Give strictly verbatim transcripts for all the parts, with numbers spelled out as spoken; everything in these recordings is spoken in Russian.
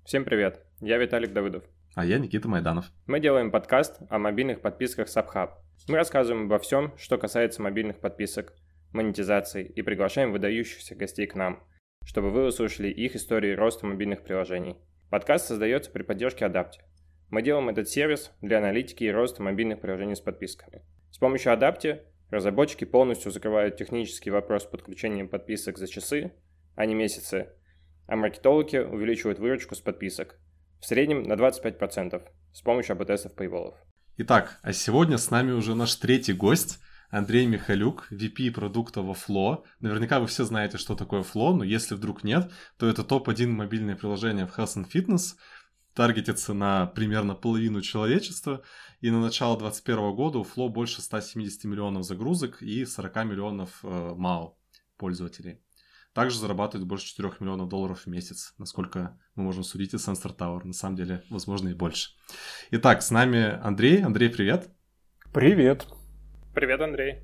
Всем привет, я Виталик Давыдов. А я Никита Майданов. Мы делаем подкаст о мобильных подписках SubHub. Мы рассказываем обо всем, что касается мобильных подписок, монетизации и приглашаем выдающихся гостей к нам, чтобы вы услышали их истории роста мобильных приложений. Подкаст создается при поддержке Adapti. Мы делаем этот сервис для аналитики и роста мобильных приложений с подписками. С помощью Adapti разработчики полностью закрывают технический вопрос с подключением подписок за часы, а не месяцы, а маркетологи увеличивают выручку с подписок, в среднем на двадцать пять процентов, с помощью эй би тест пейволов. Итак, а сегодня с нами уже наш третий гость, Андрей Михалюк, ви пи продукта во Flow. Наверняка вы все знаете, что такое Flow, но если вдруг нет, то это топ один мобильное приложение в Health and Fitness, таргетится на примерно половину человечества, и на начало двадцать первого года у Flow больше ста семидесяти миллионов загрузок и сорок миллионов э, МАУ пользователей. Также зарабатывает больше четырёх миллионов долларов в месяц, насколько мы можем судить из Sensor Tower. На самом деле, возможно, и больше. Итак, с нами Андрей. Андрей, привет. Привет. Привет, Андрей.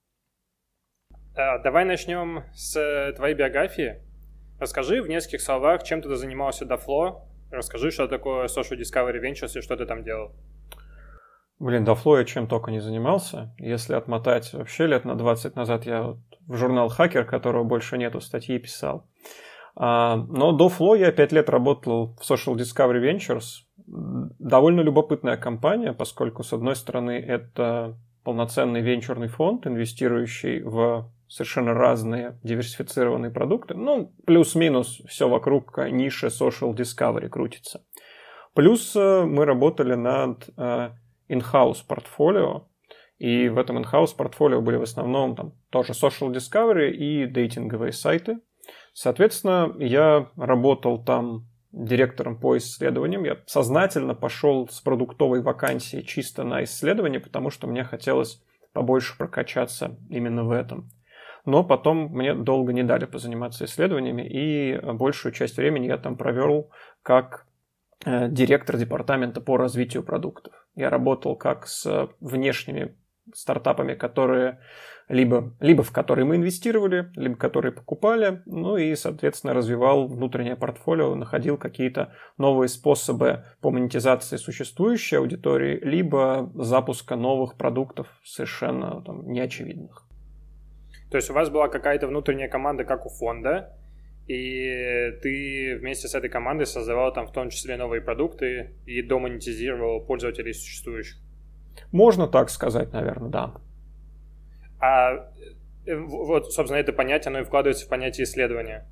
Давай начнем с твоей биографии. Расскажи в нескольких словах, чем ты занимался до Flow. Расскажи, что такое Social Discovery Ventures и что ты там делал. Блин, до Flow я чем только не занимался. Если отмотать вообще лет на двадцать назад, я вот в журнал «Хакер», которого больше нету, статьи писал. А, но до Flow я пять лет работал в Social Discovery Ventures. Довольно любопытная компания, поскольку, с одной стороны, это полноценный венчурный фонд, инвестирующий в совершенно разные диверсифицированные продукты. Ну, плюс-минус все вокруг ниши Social Discovery крутится. Плюс мы работали над in-house портфолио, и в этом in-house портфолио были в основном там тоже social discovery и дейтинговые сайты. Соответственно, я работал там директором по исследованиям. Я сознательно пошел с продуктовой вакансии чисто на исследование, потому что мне хотелось побольше прокачаться именно в этом. Но потом мне долго не дали позаниматься исследованиями, и большую часть времени я там провел как директор департамента по развитию продуктов. Я работал как с внешними стартапами, которые либо, либо в которые мы инвестировали, либо которые покупали, ну и, соответственно, развивал внутреннее портфолио, находил какие-то новые способы по монетизации существующей аудитории, либо запуска новых продуктов совершенно там неочевидных. То есть у вас была какая-то внутренняя команда, как у фонда, и ты вместе с этой командой создавал там в том числе новые продукты и домонетизировал пользователей существующих? Можно так сказать, наверное, да. А вот, собственно, это понятие, оно и вкладывается в понятие исследования.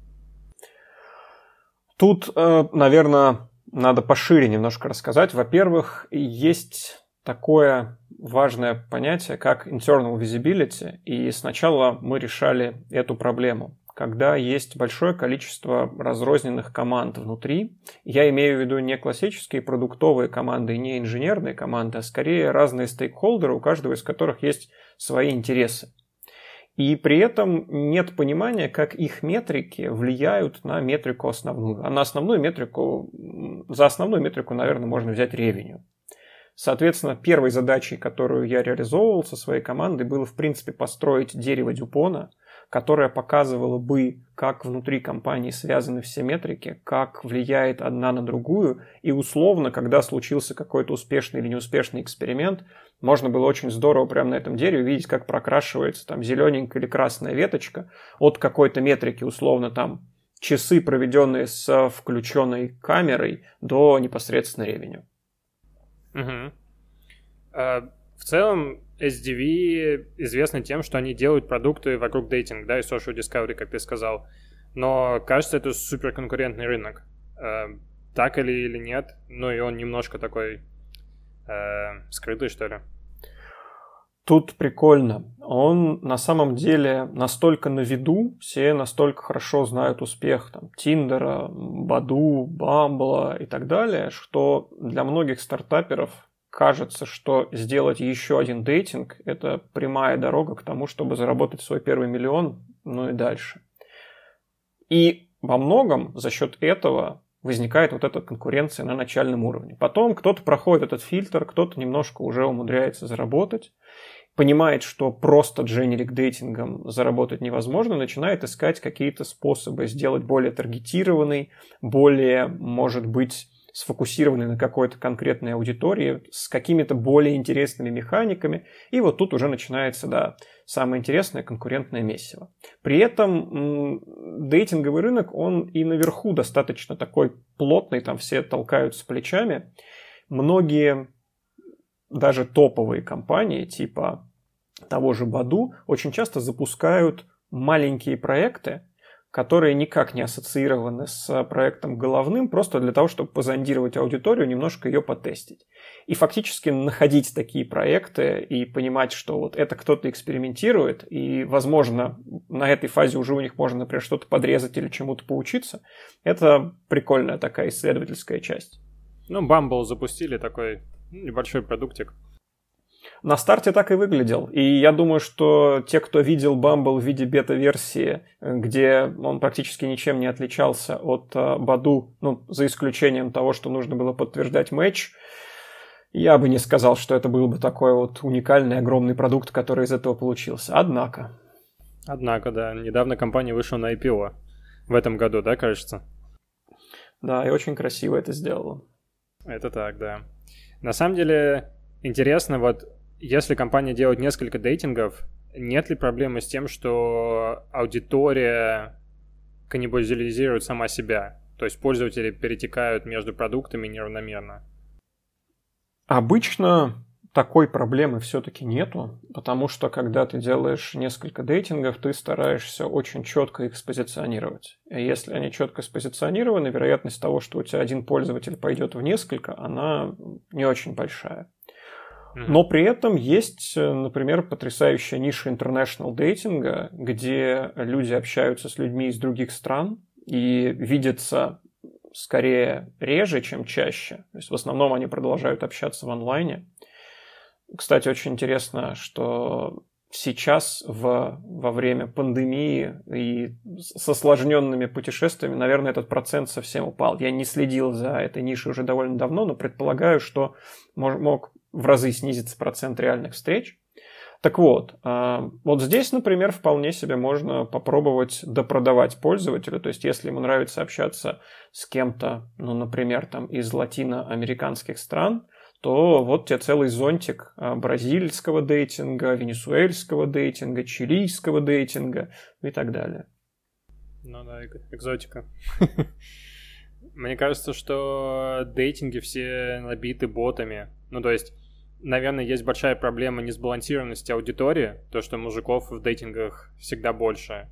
Тут, наверное, надо пошире немножко рассказать. Во-первых, есть такое важное понятие, как internal visibility, и сначала мы решали эту проблему. Когда есть большое количество разрозненных команд внутри, я имею в виду не классические продуктовые команды, не инженерные команды, а скорее разные стейкхолдеры, у каждого из которых есть свои интересы. И при этом нет понимания, как их метрики влияют на метрику основную. А на основную метрику, за основную метрику, наверное, можно взять ревеню. Соответственно, первой задачей, которую я реализовывал со своей командой, было, в принципе, построить дерево Дюпона, которая показывала бы, как внутри компании связаны все метрики, как влияет одна на другую, и условно, когда случился какой-то успешный или неуспешный эксперимент, можно было очень здорово прямо на этом дереве видеть, как прокрашивается там зелененькая или красная веточка от какой-то метрики, условно там часы, проведенные с включенной камерой, до непосредственно ревеню. Угу. Uh, в целом эс ди ви известны тем, что они делают продукты вокруг дейтинга, да, и social discovery, как ты сказал. Но, кажется, это суперконкурентный рынок. Uh, так или, или нет? Ну и он немножко такой uh, скрытый, что ли? Тут прикольно. Он на самом деле настолько на виду, все настолько хорошо знают успех там Тиндера, Баду, Бамбла и так далее, что для многих стартаперов кажется, что сделать еще один дейтинг – это прямая дорога к тому, чтобы заработать свой первый миллион, ну и дальше. И во многом за счет этого возникает вот эта конкуренция на начальном уровне. Потом кто-то проходит этот фильтр, кто-то немножко уже умудряется заработать. понимает, что просто дженерик-дейтингом заработать невозможно, начинает искать какие-то способы сделать более таргетированный, более, может быть, сфокусированный на какой-то конкретной аудитории, с какими-то более интересными механиками. И вот тут уже начинается, да, самое интересное конкурентное месиво. При этом м- дейтинговый рынок, он и наверху достаточно такой плотный, там все толкаются плечами. Многие, даже топовые компании, типа того же Баду, очень часто запускают маленькие проекты, которые никак не ассоциированы с проектом головным, просто для того, чтобы позондировать аудиторию, немножко ее потестить. И фактически находить такие проекты и понимать, что вот это кто-то экспериментирует, и, возможно, на этой фазе уже у них можно, например, что-то подрезать или чему-то поучиться, это прикольная такая исследовательская часть. Ну, Bumble запустили такой небольшой продуктик. На старте так и выглядел. И я думаю, что те, кто видел Bumble в виде бета-версии, где он практически ничем не отличался от Баду, ну, за исключением того, что нужно было подтверждать матч, я бы не сказал, что это был бы такой вот уникальный, огромный продукт, который из этого получился. Однако. Однако, да. Недавно компания вышла на ай пи о. В этом году, да, кажется? Да, и очень красиво это сделала. Это так, да. На самом деле, интересно, вот если компания делает несколько дейтингов, нет ли проблемы с тем, что аудитория каннибализирует сама себя? То есть пользователи перетекают между продуктами неравномерно? Обычно такой проблемы все-таки нету, потому что когда ты делаешь несколько дейтингов, ты стараешься очень четко их спозиционировать. И если они четко спозиционированы, вероятность того, что у тебя один пользователь пойдет в несколько, она не очень большая. Но при этом есть, например, потрясающая ниша international дейтинга, где люди общаются с людьми из других стран и видятся скорее реже, чем чаще. То есть в основном они продолжают общаться в онлайне. Кстати, очень интересно, что сейчас в, во время пандемии и с осложненными путешествиями, наверное, этот процент совсем упал. Я не следил за этой нишей уже довольно давно, но предполагаю, что мог, мог в разы снизится процент реальных встреч. Так вот, вот здесь, например, вполне себе можно попробовать допродавать пользователю. То есть, если ему нравится общаться с кем-то, ну, например, там, из латиноамериканских стран, то вот тебе целый зонтик бразильского дейтинга, венесуэльского дейтинга, чилийского дейтинга и так далее. Ну да, экзотика. Мне кажется, что дейтинги все набиты ботами. Ну, то есть, наверное, есть большая проблема несбалансированности аудитории, то, что мужиков в дейтингах всегда больше.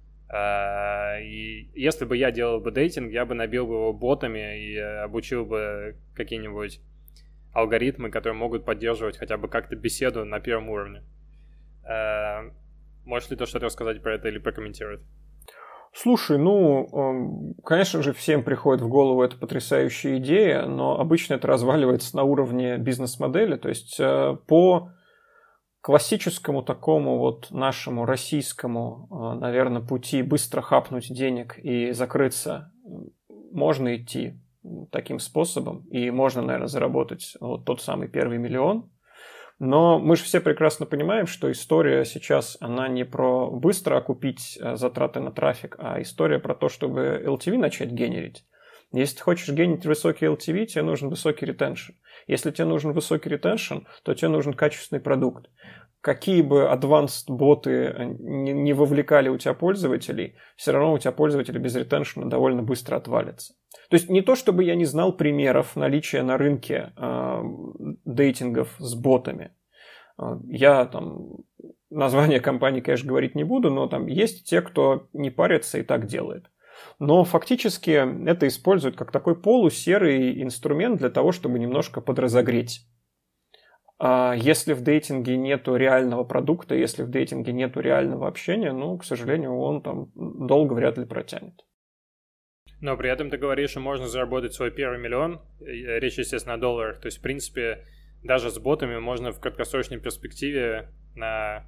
И если бы я делал бы дейтинг, я бы набил бы его ботами и обучил бы какие-нибудь алгоритмы, которые могут поддерживать хотя бы как-то беседу на первом уровне. Можешь ли ты что-то рассказать про это или прокомментировать? Слушай, ну, конечно же, всем приходит в голову эта потрясающая идея, но обычно это разваливается на уровне бизнес-модели. То есть по классическому такому вот нашему российскому, наверное, пути быстро хапнуть денег и закрыться можно идти таким способом, и можно, наверное, заработать вот тот самый первый миллион. Но мы же все прекрасно понимаем, что история сейчас, она не про быстро окупить затраты на трафик, а история про то, чтобы эл ти ви начать генерить. Если ты хочешь генерить высокий эл ти ви, тебе нужен высокий ретеншн. Если тебе нужен высокий ретеншн, то тебе нужен качественный продукт. Какие бы advanced боты не вовлекали у тебя пользователей, все равно у тебя пользователи без ретеншна довольно быстро отвалятся. То есть не то, чтобы я не знал примеров наличия на рынке э, дейтингов с ботами. Я там название компании, конечно, говорить не буду, но там есть те, кто не парится и так делает. Но фактически это используют как такой полусерый инструмент для того, чтобы немножко подразогреть. А если в дейтинге нету реального продукта, если в дейтинге нету реального общения, ну, к сожалению, он там долго вряд ли протянет. Но при этом ты говоришь, что можно заработать свой первый миллион, речь, естественно, о долларах. То есть, в принципе, даже с ботами можно в краткосрочной перспективе на,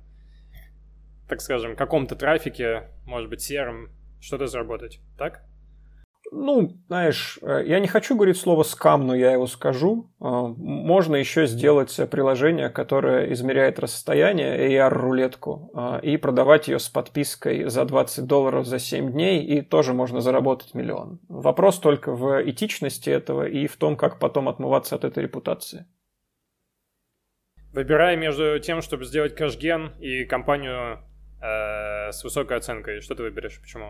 так скажем, каком-то трафике, может быть, сером, что-то заработать, так? Ну, знаешь, я не хочу говорить слово «скам», но я его скажу. Можно еще сделать приложение, которое измеряет расстояние, эй ар-рулетку, и продавать ее с подпиской за двадцать долларов за семь дней, и тоже можно заработать миллион. Вопрос только в этичности этого и в том, как потом отмываться от этой репутации. Выбирай между тем, чтобы сделать кэшген и компанию э, с высокой оценкой. Что ты выберешь? Почему?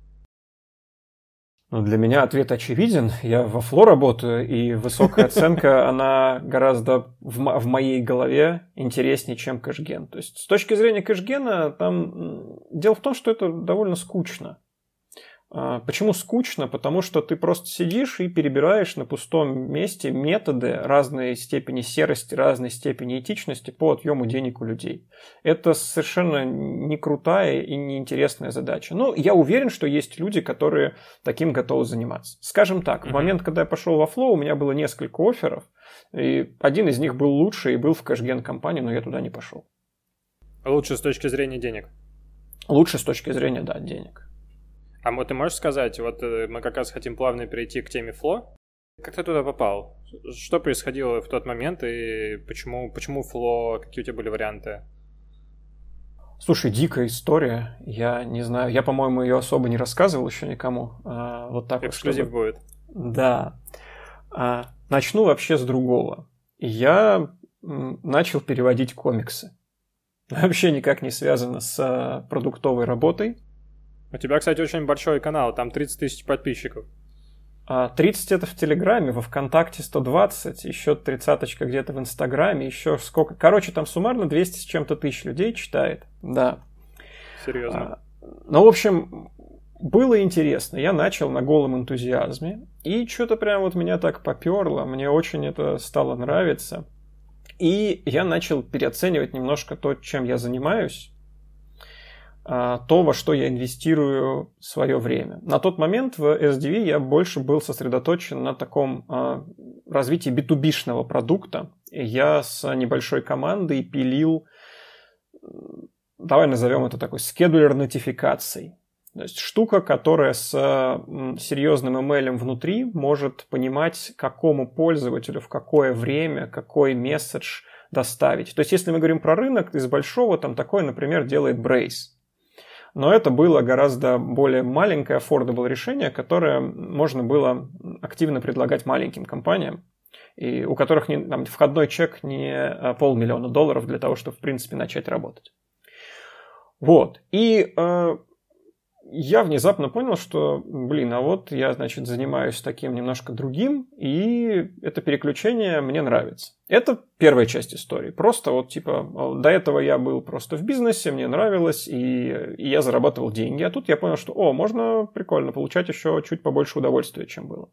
Ну, для меня ответ очевиден. Я во Фло работаю, и высокая оценка, она гораздо в, мо- в моей голове интереснее, чем кэшген. То есть, с точки зрения кэшгена, там дело в том, что это довольно скучно. Почему скучно? Потому что ты просто сидишь и перебираешь на пустом месте методы разной степени серости, разной степени этичности по отъему денег у людей. Это совершенно не крутая и неинтересная задача. Но я уверен, что есть люди, которые таким готовы заниматься. Скажем так, в момент, когда я пошел во Flow, у меня было несколько офферов, и один из них был лучше и был в кэшген-компании, но я туда не пошел. Лучше с точки зрения денег? Лучше с точки зрения, да, денег. А вот ты можешь сказать, вот мы как раз хотим плавно перейти к теме Flow. Как ты туда попал? Что происходило в тот момент и почему, почему Flow? Какие у тебя были варианты? Слушай, дикая история. Я не знаю, я, по-моему, ее особо не рассказывал еще никому. А, вот так Эксклюзив вот, чтобы... будет. Да. А, начну вообще с другого. Я м, начал переводить комиксы. Вообще никак не связано с а, продуктовой работой. У тебя, кстати, очень большой канал, там тридцать тысяч подписчиков. тридцать это в Телеграме, во ВКонтакте сто двадцать, еще тридцаточка где-то в Инстаграме, еще сколько... Короче, там суммарно двести с чем-то тысяч людей читает. Да. Серьезно? А, ну, в общем, было интересно. Я начал на голом энтузиазме, и что-то прям вот меня так поперло, мне очень это стало нравиться. И я начал переоценивать немножко то, чем я занимаюсь, то, во что я инвестирую свое время. На тот момент в эс ди ви я больше был сосредоточен на таком а, развитии би ту би-шного продукта. Я с небольшой командой пилил, давай назовем это такой скедулер нотификаций. То есть штука, которая с серьезным имейлем внутри может понимать, какому пользователю в какое время, какой месседж доставить. То есть если мы говорим про рынок, из большого там такое, например, делает Braze. Но это было гораздо более маленькое affordable решение, которое можно было активно предлагать маленьким компаниям, и у которых не, там, входной чек не полмиллиона долларов для того, чтобы, в принципе, начать работать. Вот. И э, я внезапно понял, что, блин, а вот я, значит, занимаюсь таким немножко другим, и это переключение мне нравится. Это первая часть истории. Просто вот, типа, до этого я был просто в бизнесе, мне нравилось, и, и я зарабатывал деньги. А тут я понял, что, о, можно прикольно получать еще чуть побольше удовольствия, чем было.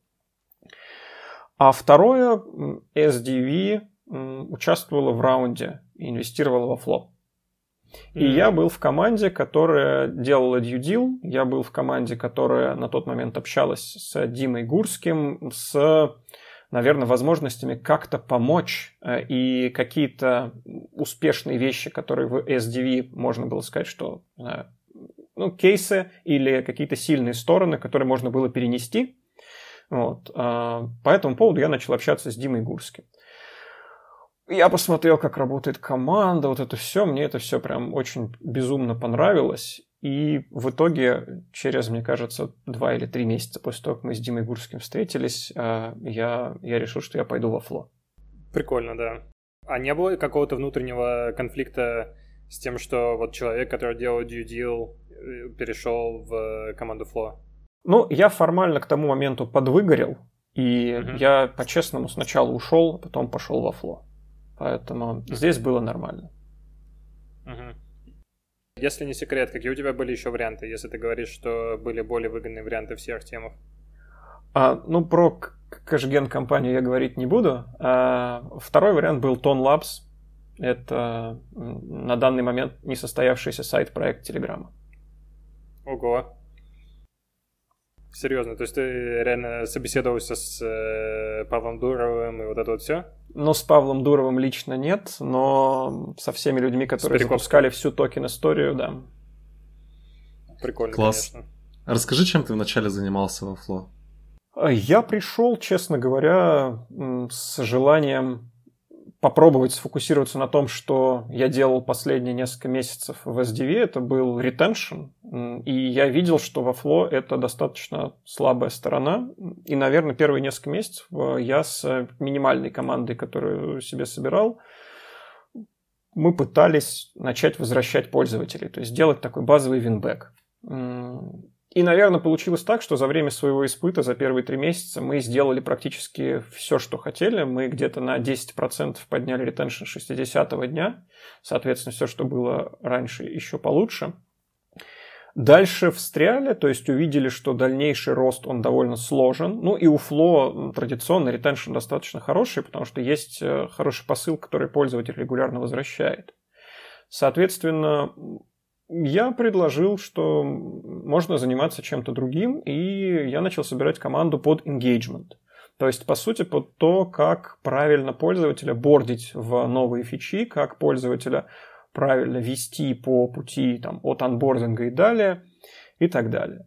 А второе, эс ди ви участвовала в раунде и инвестировала во Flow. И mm-hmm. я был в команде, которая делала due deal, я был в команде, которая на тот момент общалась с Димой Гурским, с, наверное, возможностями как-то помочь, и какие-то успешные вещи, которые в эс ди ви можно было сказать, что, не знаю, ну, кейсы или какие-то сильные стороны, которые можно было перенести. Вот. По этому поводу я начал общаться с Димой Гурским. Я посмотрел, как работает команда, вот это все, мне это все прям очень безумно понравилось. И в итоге, через, мне кажется, два или три месяца после того, как мы с Димой Гурским встретились, я, я решил, что я пойду во Flow. Прикольно, да. А не было какого-то внутреннего конфликта с тем, что вот человек, который делал due deal, перешел в команду Flow? Ну, я формально к тому моменту подвыгорел, и Mm-hmm. я по-честному сначала ушел, а потом пошел во Flow. Поэтому mm-hmm. здесь было нормально. Mm-hmm. Если не секрет, какие у тебя были еще варианты, если ты говоришь, что были более выгодные варианты в серых темах? А, ну, про кэшген-компанию я говорить не буду. А, второй вариант был Tone Labs. Это на данный момент несостоявшийся сайт-проект Телеграма. Ого. Серьезно, то есть ты реально собеседовался с э, Павлом Дуровым и вот это вот все? Ну, с Павлом Дуровым лично нет, но со всеми людьми, которые запускали всю токен-историю, да. Прикольно, Класс. конечно. Расскажи, чем ты вначале занимался во Flow? Я пришел, честно говоря, с желанием попробовать сфокусироваться на том, что я делал последние несколько месяцев в эс ди ви. Это был retention. И я видел, что во Flow это достаточно слабая сторона. И, наверное, первые несколько месяцев я с минимальной командой, которую себе собирал, мы пытались начать возвращать пользователей. То есть делать такой базовый винбэк. И, наверное, получилось так, что за время своего испыта, за первые три месяца, мы сделали практически все, что хотели. Мы где-то на десять процентов подняли ретеншн шестидесятого дня. Соответственно, все, что было раньше, еще получше. Дальше встряли, то есть увидели, что дальнейший рост, он довольно сложен. Ну и у Flow традиционно ретеншн достаточно хороший, потому что есть хороший посыл, который пользователь регулярно возвращает. Соответственно, я предложил, что можно заниматься чем-то другим, и я начал собирать команду под engagement. То есть, по сути, под то, как правильно пользователя бордить в новые фичи, как пользователя правильно вести по пути там, от анбординга и далее, и так далее.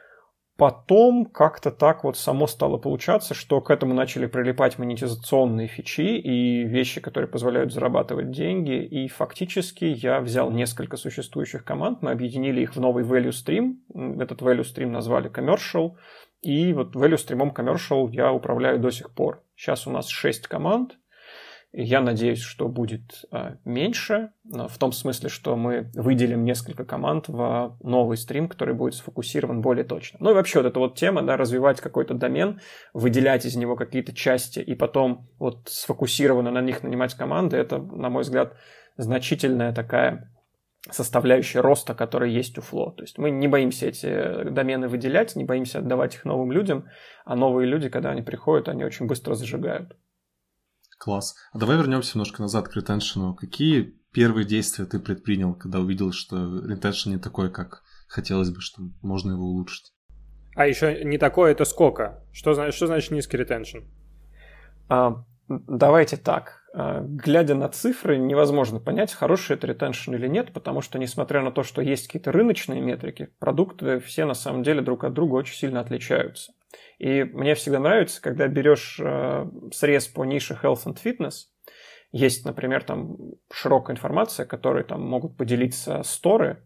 Потом как-то так вот само стало получаться, что к этому начали прилипать монетизационные фичи и вещи, которые позволяют зарабатывать деньги. И фактически я взял несколько существующих команд, мы объединили их в новый value stream. Этот value stream назвали commercial. И вот value stream commercial я управляю до сих пор. Сейчас у нас шесть команд. Я надеюсь, что будет а, меньше, в том смысле, что мы выделим несколько команд в новый стрим, который будет сфокусирован более точно. Ну и вообще вот эта вот тема, да, развивать какой-то домен, выделять из него какие-то части и потом вот сфокусированно на них нанимать команды, это, на мой взгляд, значительная такая составляющая роста, которая есть у Flow. То есть мы не боимся эти домены выделять, не боимся отдавать их новым людям, а новые люди, когда они приходят, они очень быстро зажигают. Класс. А давай вернемся немножко назад к ретеншену. Какие первые действия ты предпринял, когда увидел, что ретеншн не такой, как хотелось бы, что можно его улучшить? А еще не такое, это сколько? Что, что значит низкий ретеншн? А, давайте так. А, глядя на цифры, невозможно понять, хороший это ретеншн или нет, потому что, несмотря на то, что есть какие-то рыночные метрики, продукты все на самом деле друг от друга очень сильно отличаются. И мне всегда нравится, когда берешь э, срез по нише health and fitness, есть, например, там широкая информация, которой там могут поделиться сторы,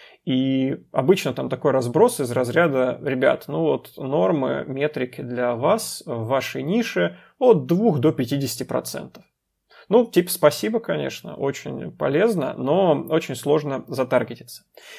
и обычно там такой разброс из разряда, ребят, ну вот нормы, метрики для вас в вашей нише от двух до пятидесяти процентов. Ну, типа, спасибо, конечно, очень полезно, но очень сложно затаргетиться.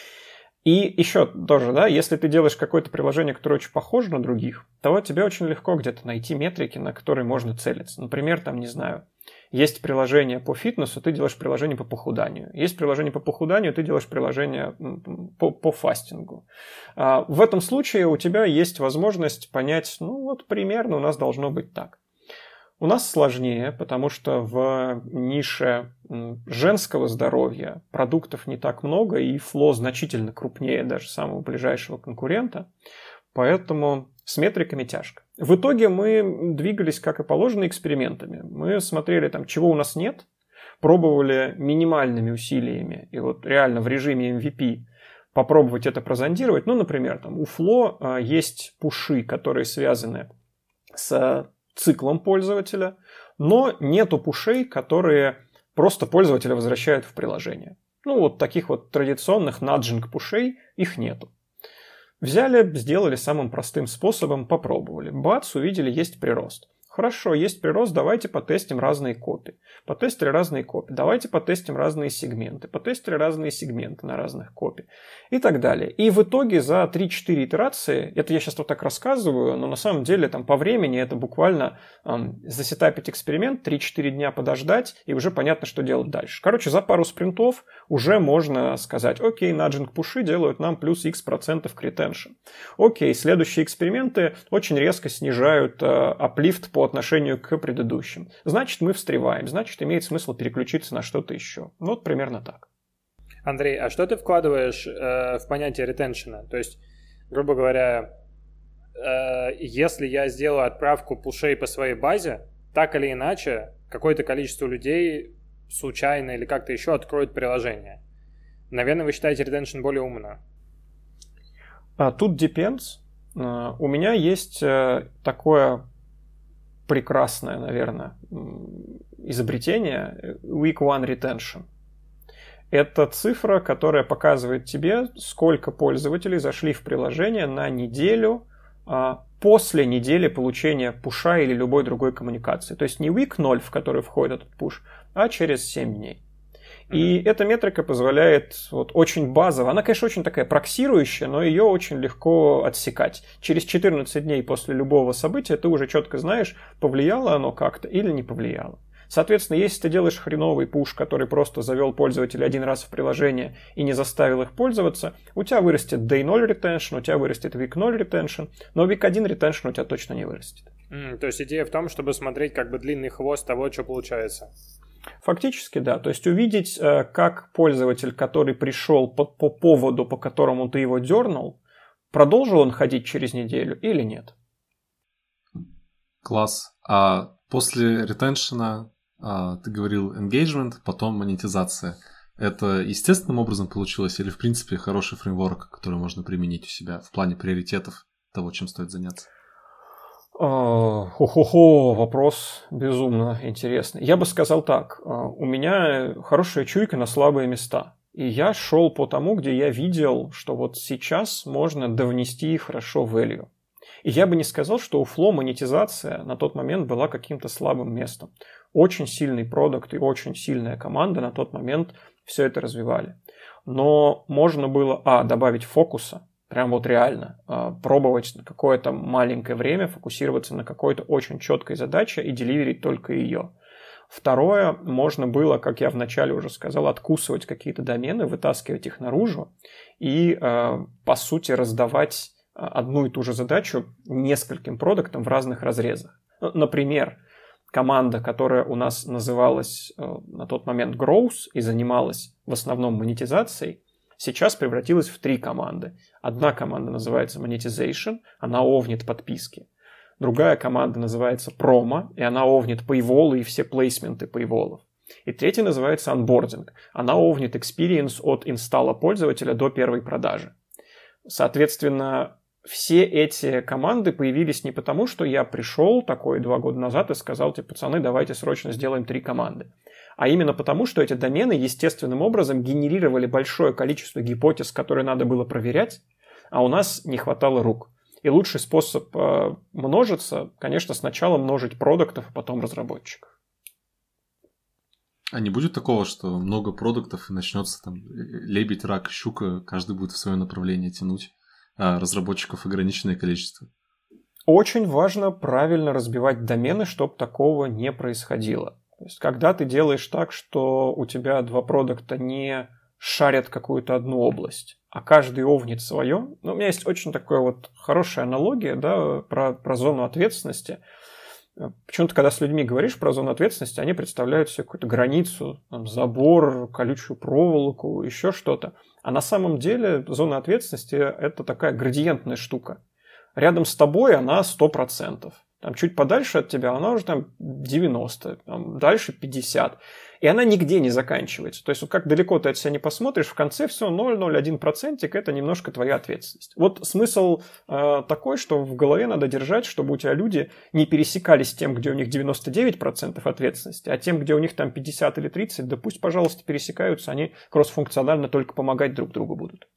И еще тоже, да, если ты делаешь какое-то приложение, которое очень похоже на других, то тебе очень легко где-то найти метрики, на которые можно целиться. Например, там, не знаю, есть приложение по фитнесу, ты делаешь приложение по похуданию. Есть приложение по похуданию, ты делаешь приложение по, по фастингу. А в этом случае у тебя есть возможность понять, ну вот примерно у нас должно быть так. У нас сложнее, потому что в нише женского здоровья продуктов не так много, и Flow значительно крупнее даже самого ближайшего конкурента, поэтому с метриками тяжко. В итоге мы двигались, как и положено, экспериментами. Мы смотрели, там, чего у нас нет, пробовали минимальными усилиями, и вот реально в режиме эм ви пи попробовать это прозондировать. Ну, например, там, у Flow есть пуши, которые связаны с циклом пользователя, но нету пушей, которые просто пользователя возвращают в приложение. Ну, вот таких вот традиционных наджинг-пушей их нету. Взяли, сделали самым простым способом, попробовали. Бац, увидели, есть прирост. Хорошо, есть прирост, давайте потестим разные копи. Потестили разные копи. Давайте потестим разные сегменты. Потестили разные сегменты на разных копи. И так далее. И в итоге за три-четыре итерации, это я сейчас вот так рассказываю, но на самом деле там по времени это буквально эм, засетапить эксперимент, три-четыре дня подождать, и уже понятно, что делать дальше. Короче, за пару спринтов уже можно сказать, окей, наджинг пуши делают нам плюс X процентов к ретеншн. Окей, следующие эксперименты очень резко снижают э, аплифт по отношению к предыдущим. Значит, мы встреваем, значит, имеет смысл переключиться на что-то еще. Вот примерно так. Андрей, а что ты вкладываешь э, в понятие ретеншена? То есть, грубо говоря, э, если я сделаю отправку пушей по своей базе, так или иначе, какое-то количество людей случайно или как-то еще откроет приложение. Наверное, вы считаете ретеншн более умно? А тут depends. У меня есть такое прекрасное, наверное, изобретение Week One Retention. Это цифра, которая показывает тебе, сколько пользователей зашли в приложение на неделю после недели получения пуша или любой другой коммуникации. То есть не week ноль, в который входит этот пуш, а через семь дней. И эта метрика позволяет вот, очень базово, она, конечно, очень такая проксирующая, но ее очень легко отсекать. Через четырнадцать дней после любого события ты уже четко знаешь, повлияло оно как-то или не повлияло. Соответственно, если ты делаешь хреновый пуш, который просто завел пользователя один раз в приложение и не заставил их пользоваться, у тебя вырастет day ноль retention, у тебя вырастет week ноль retention, но week один retention у тебя точно не вырастет. Mm, то есть идея в том, чтобы смотреть как бы длинный хвост того, что получается. Фактически, да. То есть увидеть, как пользователь, который пришел по, по поводу, по которому ты его дернул, продолжил он ходить через неделю или нет. Класс. А после ретеншена а, ты говорил engagement, потом монетизация. Это естественным образом получилось или, в принципе, хороший фреймворк, который можно применить у себя в плане приоритетов того, чем стоит заняться? Хо-хо-хо, вопрос безумно интересный. Я бы сказал так, у меня хорошая чуйка на слабые места. И я шел по тому, где я видел, что вот сейчас можно довнести хорошо value. И я бы не сказал, что у Flow монетизация на тот момент была каким-то слабым местом. Очень сильный продукт и очень сильная команда на тот момент все это развивали. Но можно было, а, добавить фокуса, прям вот реально пробовать на какое-то маленькое время, фокусироваться на какой-то очень четкой задаче и деливерить только ее. Второе, можно было, как я вначале уже сказал, откусывать какие-то домены, вытаскивать их наружу и, по сути, раздавать одну и ту же задачу нескольким продуктам в разных разрезах. Например, команда, которая у нас называлась на тот момент Growth и занималась в основном монетизацией, сейчас превратилась в три команды. Одна команда называется Monetization, она овнит подписки. Другая команда называется Promo, и она овнит пейволы и все плейсменты пейволов. И третья называется Onboarding, она овнит experience от инсталла пользователя до первой продажи. Соответственно, все эти команды появились не потому, что я пришел такой два года назад и сказал, типа, пацаны, давайте срочно сделаем три команды. А именно потому, что эти домены естественным образом генерировали большое количество гипотез, которые надо было проверять, а у нас не хватало рук. И лучший способ э, множиться, конечно, сначала множить продуктов, а потом разработчиков. А не будет такого, что много продуктов и начнется там лебедь, рак, щука, каждый будет в свое направление тянуть, а разработчиков ограниченное количество? Очень важно правильно разбивать домены, чтобы такого не происходило. То есть, когда ты делаешь так, что у тебя два продукта не шарят какую-то одну область, а каждый овнит свое. Ну, у меня есть очень такая вот хорошая аналогия, да, про, про зону ответственности. Почему-то, когда с людьми говоришь про зону ответственности, они представляют себе какую-то границу, там, забор, колючую проволоку, еще что-то. А на самом деле зона ответственности – это такая градиентная штука. Рядом с тобой она сто процентов. Там чуть подальше от тебя она уже там девяносто, там дальше пятьдесят. И она нигде не заканчивается. То есть вот как далеко ты от себя не посмотришь, в конце все ноль целых ноль один процентик, это немножко твоя ответственность. Вот смысл э, такой, что в голове надо держать, чтобы у тебя люди не пересекались тем, где у них девяносто девять процентов ответственности, а тем, где у них там пятьдесят или тридцать, да пусть, пожалуйста, пересекаются, они кросс-функционально только помогать друг другу будут.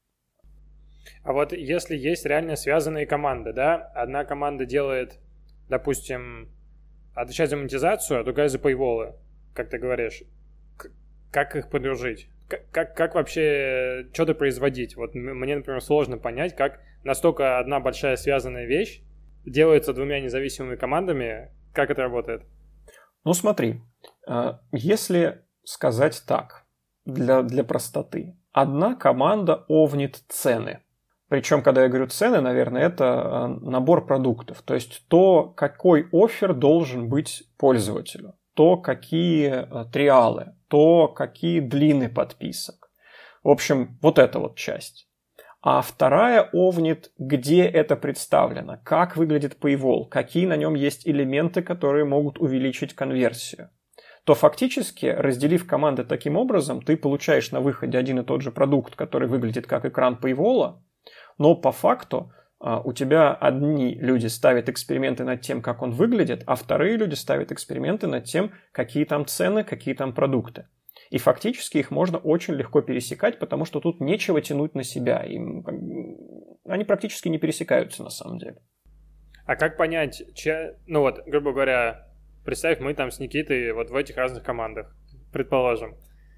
А вот если есть реально связанные команды, да, одна команда делает, допустим, отвечать за монетизацию, а другая за пейволы, как ты говоришь, как их подружить? Как, как, как вообще что-то производить? Вот мне, например, сложно понять, как настолько одна большая связанная вещь делается двумя независимыми командами, как это работает? Ну смотри, если сказать так, для, для простоты, одна команда овнит цены. Причем, когда я говорю цены, наверное, это набор продуктов. То есть то, какой оффер должен быть пользователю. То, какие триалы. То, какие длины подписок. В общем, вот эта вот часть. А вторая овнит, где это представлено. Как выглядит paywall. Какие на нем есть элементы, которые могут увеличить конверсию. То фактически, разделив команды таким образом, ты получаешь на выходе один и тот же продукт, который выглядит как экран paywall, но по факту у тебя одни люди ставят эксперименты над тем, как он выглядит, а вторые люди ставят эксперименты над тем, какие там цены, какие там продукты. И фактически их можно очень легко пересекать, потому что тут нечего тянуть на себя. Им, они практически не пересекаются на самом деле. А как понять, че... ну вот, грубо говоря, представь, мы там с Никитой вот в этих разных командах, предположим.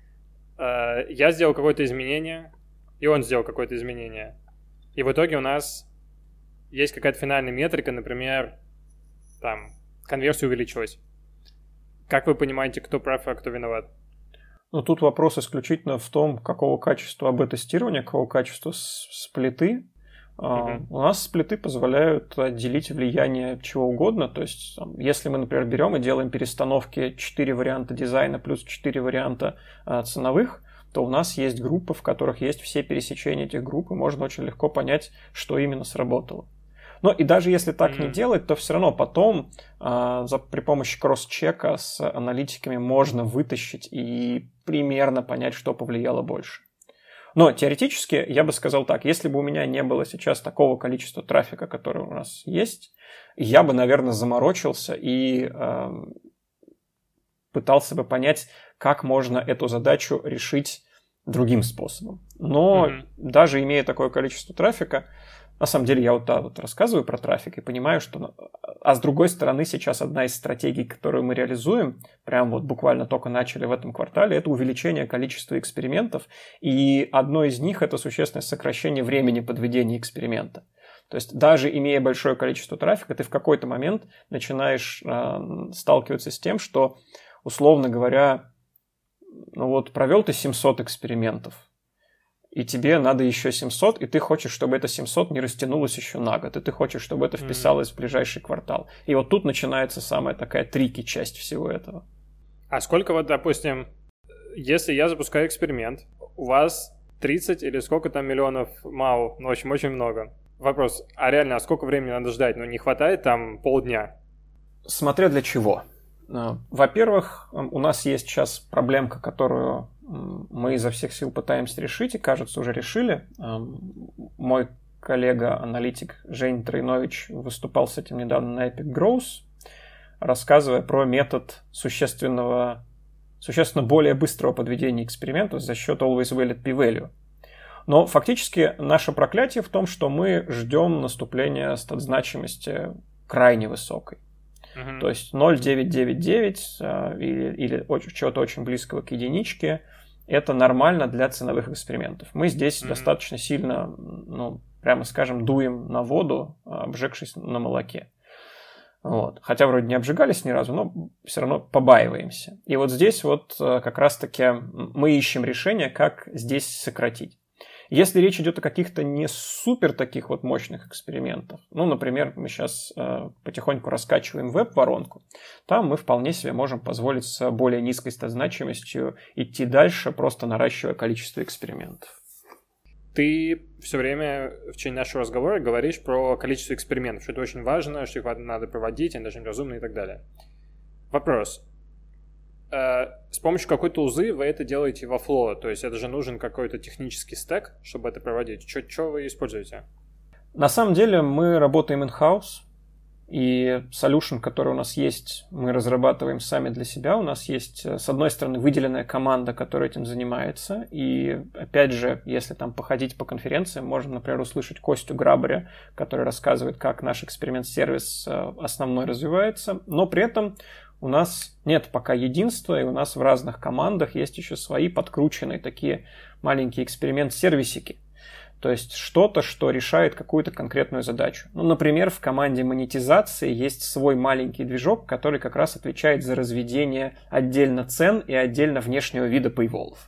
Я сделал какое-то изменение, и он сделал какое-то изменение. И в итоге у нас есть какая-то финальная метрика, например, там, конверсия увеличилась. Как вы понимаете, кто прав, а кто виноват? Ну, тут вопрос исключительно в том, какого качества эй би-тестирования, какого качества сплиты. Uh-huh. У нас сплиты позволяют отделить влияние чего угодно. То есть, если мы, например, берем и делаем перестановки четыре варианта дизайна плюс четыре варианта а, ценовых, то у нас есть группы, в которых есть все пересечения этих групп, и можно очень легко понять, что именно сработало. Но и даже если так mm-hmm. не делать, то все равно потом а, за, при помощи кросс-чека с аналитиками можно вытащить и примерно понять, что повлияло больше. Но теоретически я бы сказал так, если бы у меня не было сейчас такого количества трафика, который у нас есть, я бы, наверное, заморочился и э, пытался бы понять, как можно эту задачу решить другим способом. Но mm-hmm. даже имея такое количество трафика, на самом деле я вот, да, вот рассказываю про трафик и понимаю, что... А с другой стороны, сейчас одна из стратегий, которую мы реализуем, прям вот буквально только начали в этом квартале, это увеличение количества экспериментов. И одно из них – это существенное сокращение времени подведения эксперимента. То есть даже имея большое количество трафика, ты в какой-то момент начинаешь э, сталкиваться с тем, что, условно говоря, ну вот провел ты семьсот экспериментов, и тебе надо еще семьсот, и ты хочешь, чтобы это семьсот не растянулось еще на год, и ты хочешь, чтобы это вписалось mm-hmm. в ближайший квартал. И вот тут начинается самая такая трики часть всего этого. А сколько вот, допустим, если я запускаю эксперимент, у вас тридцать или сколько там миллионов МАУ, ну, в общем, очень много. Вопрос, а реально, а сколько времени надо ждать? Ну, не хватает там полдня? Смотря для чего. Во-первых, у нас есть сейчас проблемка, которую мы изо всех сил пытаемся решить, и, кажется, уже решили. Мой коллега-аналитик Жень Троинович выступал с этим недавно на Epic Growth, рассказывая про метод существенного, существенно более быстрого подведения экспериментов за счет Always Valid P-Value. Но фактически наше проклятие в том, что мы ждем наступления стат-значимости крайне высокой. Uh-huh. То есть ноль целых девятьсот девяносто девять э, или, или чего-то очень близкого к единичке – это нормально для ценовых экспериментов. Мы здесь uh-huh. достаточно сильно, ну, прямо скажем, дуем на воду, обжегшись на молоке. Вот. Хотя вроде не обжигались ни разу, но все равно побаиваемся. И вот здесь вот как раз-таки мы ищем решение, как здесь сократить. Если речь идет о каких-то не супер таких вот мощных экспериментах, ну, например, мы сейчас э, потихоньку раскачиваем веб-воронку, там мы вполне себе можем позволить с более низкой стат-значимостью идти дальше, просто наращивая количество экспериментов. Ты все время в течение нашего разговора говоришь про количество экспериментов, что это очень важно, что их надо проводить, они должны быть разумны и так далее. Вопрос. С помощью какой тулзы вы это делаете во Flow? То есть это же нужен какой-то технический стек, чтобы это проводить. Что вы используете? На самом деле мы работаем in-house, и solution, который у нас есть, мы разрабатываем сами для себя. У нас есть, с одной стороны, выделенная команда, которая этим занимается. И, опять же, если там походить по конференциям, можно, например, услышать Костю Грабаря, который рассказывает, как наш эксперимент-сервис основной развивается. Но при этом у нас нет пока единства, и у нас в разных командах есть еще свои подкрученные такие маленькие эксперимент-сервисики. То есть что-то, что решает какую-то конкретную задачу. Ну, например, в команде монетизации есть свой маленький движок, который как раз отвечает за разведение отдельно цен и отдельно внешнего вида paywall'ов.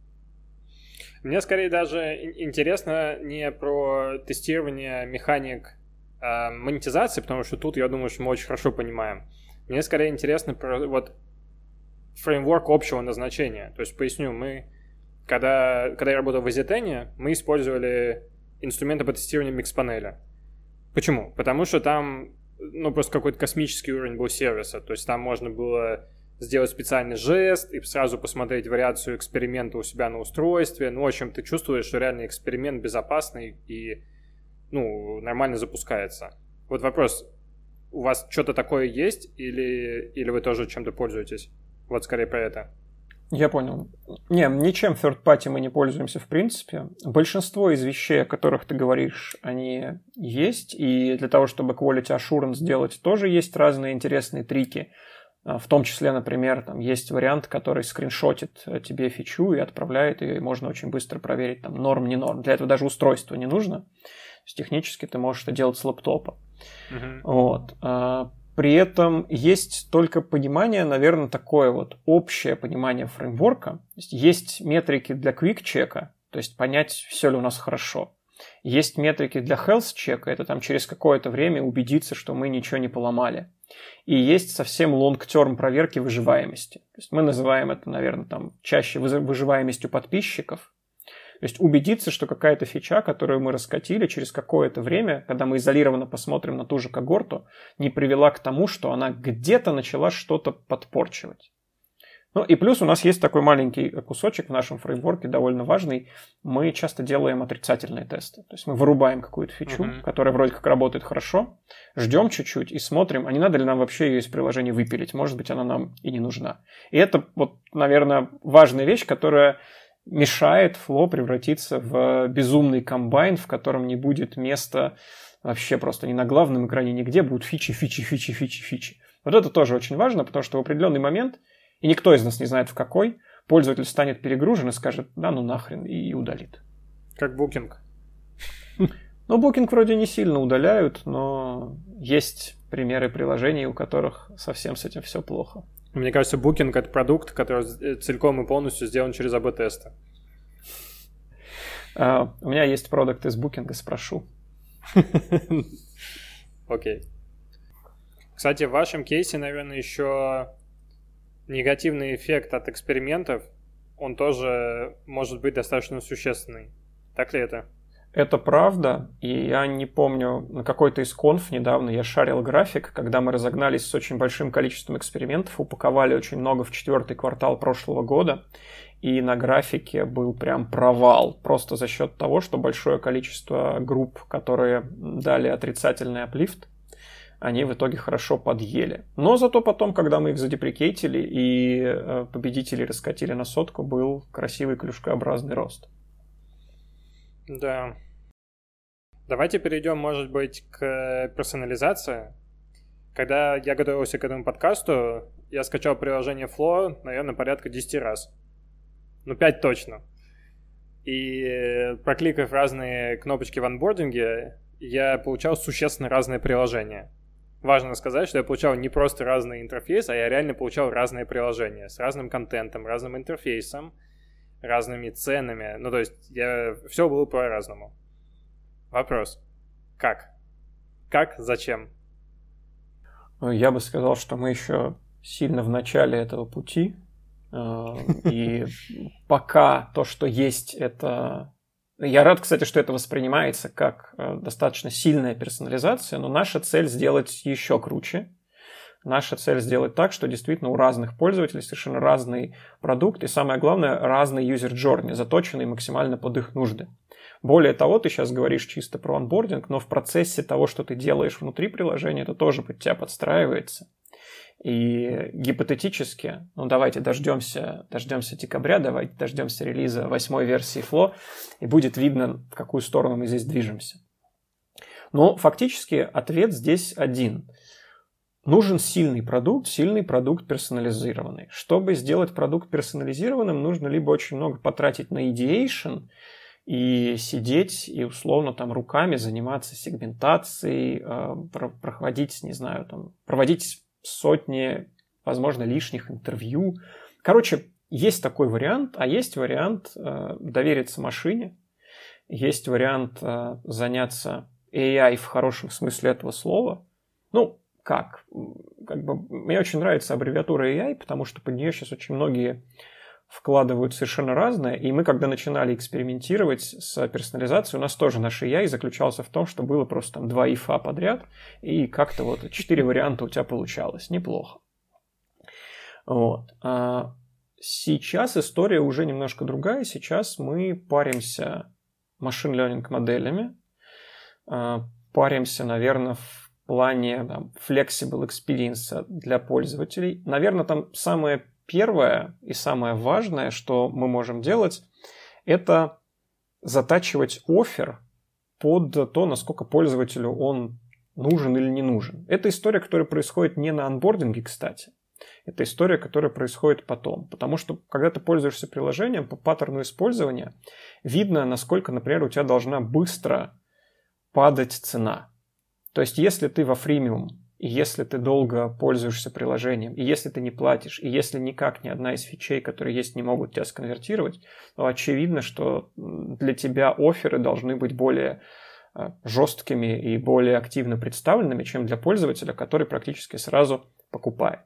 Мне скорее даже интересно не про тестирование механик э, монетизации, потому что тут, я думаю, что мы очень хорошо понимаем. Мне скорее интересно про вот фреймворк общего назначения. То есть, поясню, мы, когда, когда я работал в Изитене, мы использовали инструменты по тестированию микс-панеля. Почему? Потому что там, ну, просто какой-то космический уровень был сервиса. То есть там можно было сделать специальный жест и сразу посмотреть вариацию эксперимента у себя на устройстве. Ну, в общем, ты чувствуешь, что реально эксперимент безопасный и ну, нормально запускается. Вот вопрос, у вас что-то такое есть или, или вы тоже чем-то пользуетесь? Вот скорее про это. Я понял. Не, ничем third party мы не пользуемся в принципе. Большинство из вещей, о которых ты говоришь, они есть. И для того, чтобы quality assurance сделать, тоже есть разные интересные трики. В том числе, например, там есть вариант, который скриншотит тебе фичу и отправляет, и можно очень быстро проверить, там, норм, не норм. Для этого даже устройство не нужно. То есть технически ты можешь это делать с лэптопа. Uh-huh. Вот. При этом есть только понимание, наверное, такое вот общее понимание фреймворка. Есть, есть метрики для квик-чека, то есть понять, все ли у нас хорошо. Есть метрики для health-чека, это там через какое-то время убедиться, что мы ничего не поломали. И есть совсем long-term проверки выживаемости. То есть мы называем это, наверное, там чаще выживаемостью подписчиков. То есть убедиться, что какая-то фича, которую мы раскатили через какое-то время, когда мы изолированно посмотрим на ту же когорту, не привела к тому, что она где-то начала что-то подпорчивать. Ну и плюс у нас есть такой маленький кусочек в нашем фреймворке, довольно важный. Мы часто делаем отрицательные тесты. То есть мы вырубаем какую-то фичу, uh-huh. которая вроде как работает хорошо, ждем чуть-чуть и смотрим, а не надо ли нам вообще ее из приложения выпилить. Может быть, она нам и не нужна. И это, вот, наверное, важная вещь, которая мешает Flow превратиться в безумный комбайн, в котором не будет места вообще просто ни на главном экране, нигде будут фичи, фичи, фичи, фичи, фичи. Вот это тоже очень важно, потому что в определенный момент, и никто из нас не знает в какой, пользователь станет перегружен и скажет, да ну нахрен, и удалит. Как Booking. Ну, Booking вроде не сильно удаляют, но есть примеры приложений, у которых совсем с этим все плохо. Мне кажется, Booking — это продукт, который целиком и полностью сделан через эй би тесты. Uh, у меня есть продукт из Booking, спрошу. Окей. Okay. Кстати, в вашем кейсе, наверное, еще негативный эффект от экспериментов, он тоже может быть достаточно существенный. Так ли это? Это правда, и я не помню, на какой-то из конф недавно я шарил график, когда мы разогнались с очень большим количеством экспериментов, упаковали очень много в четвертый квартал прошлого года, и на графике был прям провал, просто за счет того, что большое количество групп, которые дали отрицательный аплифт, они в итоге хорошо подъели. Но зато потом, когда мы их задеприкейтили и победители раскатили на сотку, был красивый клюшкообразный рост. Да. Давайте перейдем, может быть, к персонализации. Когда я готовился к этому подкасту, я скачал приложение Flow, наверное, порядка десять раз. Ну, пять точно. И прокликав разные кнопочки в анбординге, я получал существенно разные приложения. Важно сказать, что я получал не просто разный интерфейс, а я реально получал разные приложения с разным контентом, разным интерфейсом, разными ценами. Ну, то есть, я... все было по-разному. Вопрос. Как? Как? Зачем? Я бы сказал, что мы еще сильно в начале этого пути. И пока то, что есть, это... Я рад, кстати, что это воспринимается как достаточно сильная персонализация, но наша цель сделать еще круче. Наша цель сделать так, что действительно у разных пользователей совершенно разный продукт и, самое главное, разный user journey, заточенный максимально под их нужды. Более того, ты сейчас говоришь чисто про онбординг, но в процессе того, что ты делаешь внутри приложения, это тоже под тебя подстраивается. И гипотетически, ну давайте дождемся, дождемся декабря, давайте дождемся релиза восьмой версии Flow, и будет видно, в какую сторону мы здесь движемся. Но фактически ответ здесь один. Нужен сильный продукт, сильный продукт персонализированный. Чтобы сделать продукт персонализированным, нужно либо очень много потратить на ideation и сидеть и условно там руками заниматься сегментацией, проводить, не знаю, там, проводить сотни, возможно, лишних интервью. Короче, есть такой вариант, а есть вариант довериться машине, есть вариант заняться эй ай в хорошем смысле этого слова. Ну, как? Как бы, мне очень нравится аббревиатура эй ай, потому что под нее сейчас очень многие вкладывают совершенно разное. И мы, когда начинали экспериментировать с персонализацией, у нас тоже наш эй ай заключался в том, что было просто там два ифа подряд, и как-то вот четыре варианта у тебя получалось. Неплохо. Вот. А сейчас история уже немножко другая. Сейчас мы паримся машин-лернинг моделями, паримся, наверное, в плане там, flexible experience для пользователей. Наверное, там самое первое и самое важное, что мы можем делать, это затачивать оффер под то, насколько пользователю он нужен или не нужен. Это история, которая происходит не на онбординге, кстати. Это история, которая происходит потом. Потому что, когда ты пользуешься приложением, по паттерну использования видно, насколько, например, у тебя должна быстро падать цена. То есть, если ты во фримиум, и если ты долго пользуешься приложением, и если ты не платишь, и если никак ни одна из фичей, которые есть, не могут тебя сконвертировать, то очевидно, что для тебя офферы должны быть более жесткими и более активно представленными, чем для пользователя, который практически сразу покупает.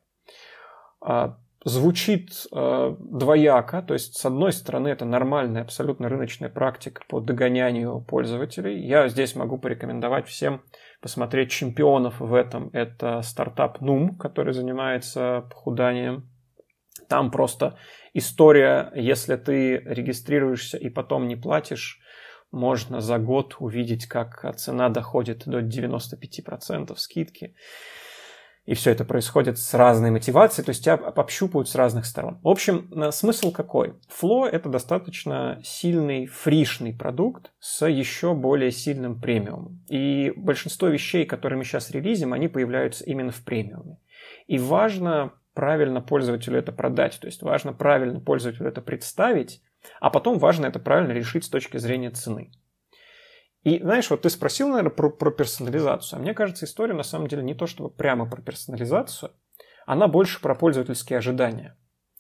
Звучит двояко, то есть, с одной стороны, это нормальная, абсолютно рыночная практика по догонянию пользователей. Я здесь могу порекомендовать всем посмотреть чемпионов в этом. Это стартап Noom, который занимается похуданием. Там просто история, если ты регистрируешься и потом не платишь, можно за год увидеть, как цена доходит до девяносто пять процентов скидки. И все это происходит с разной мотивацией, то есть тебя общупают с разных сторон. В общем, смысл какой? Flow — это достаточно сильный фришный продукт с еще более сильным премиумом. И большинство вещей, которые мы сейчас релизим, они появляются именно в премиуме. И важно правильно пользователю это продать, то есть важно правильно пользователю это представить, а потом важно это правильно решить с точки зрения цены. И, знаешь, вот ты спросил, наверное, про, про персонализацию. А мне кажется, история на самом деле не то, чтобы прямо про персонализацию, она больше про пользовательские ожидания.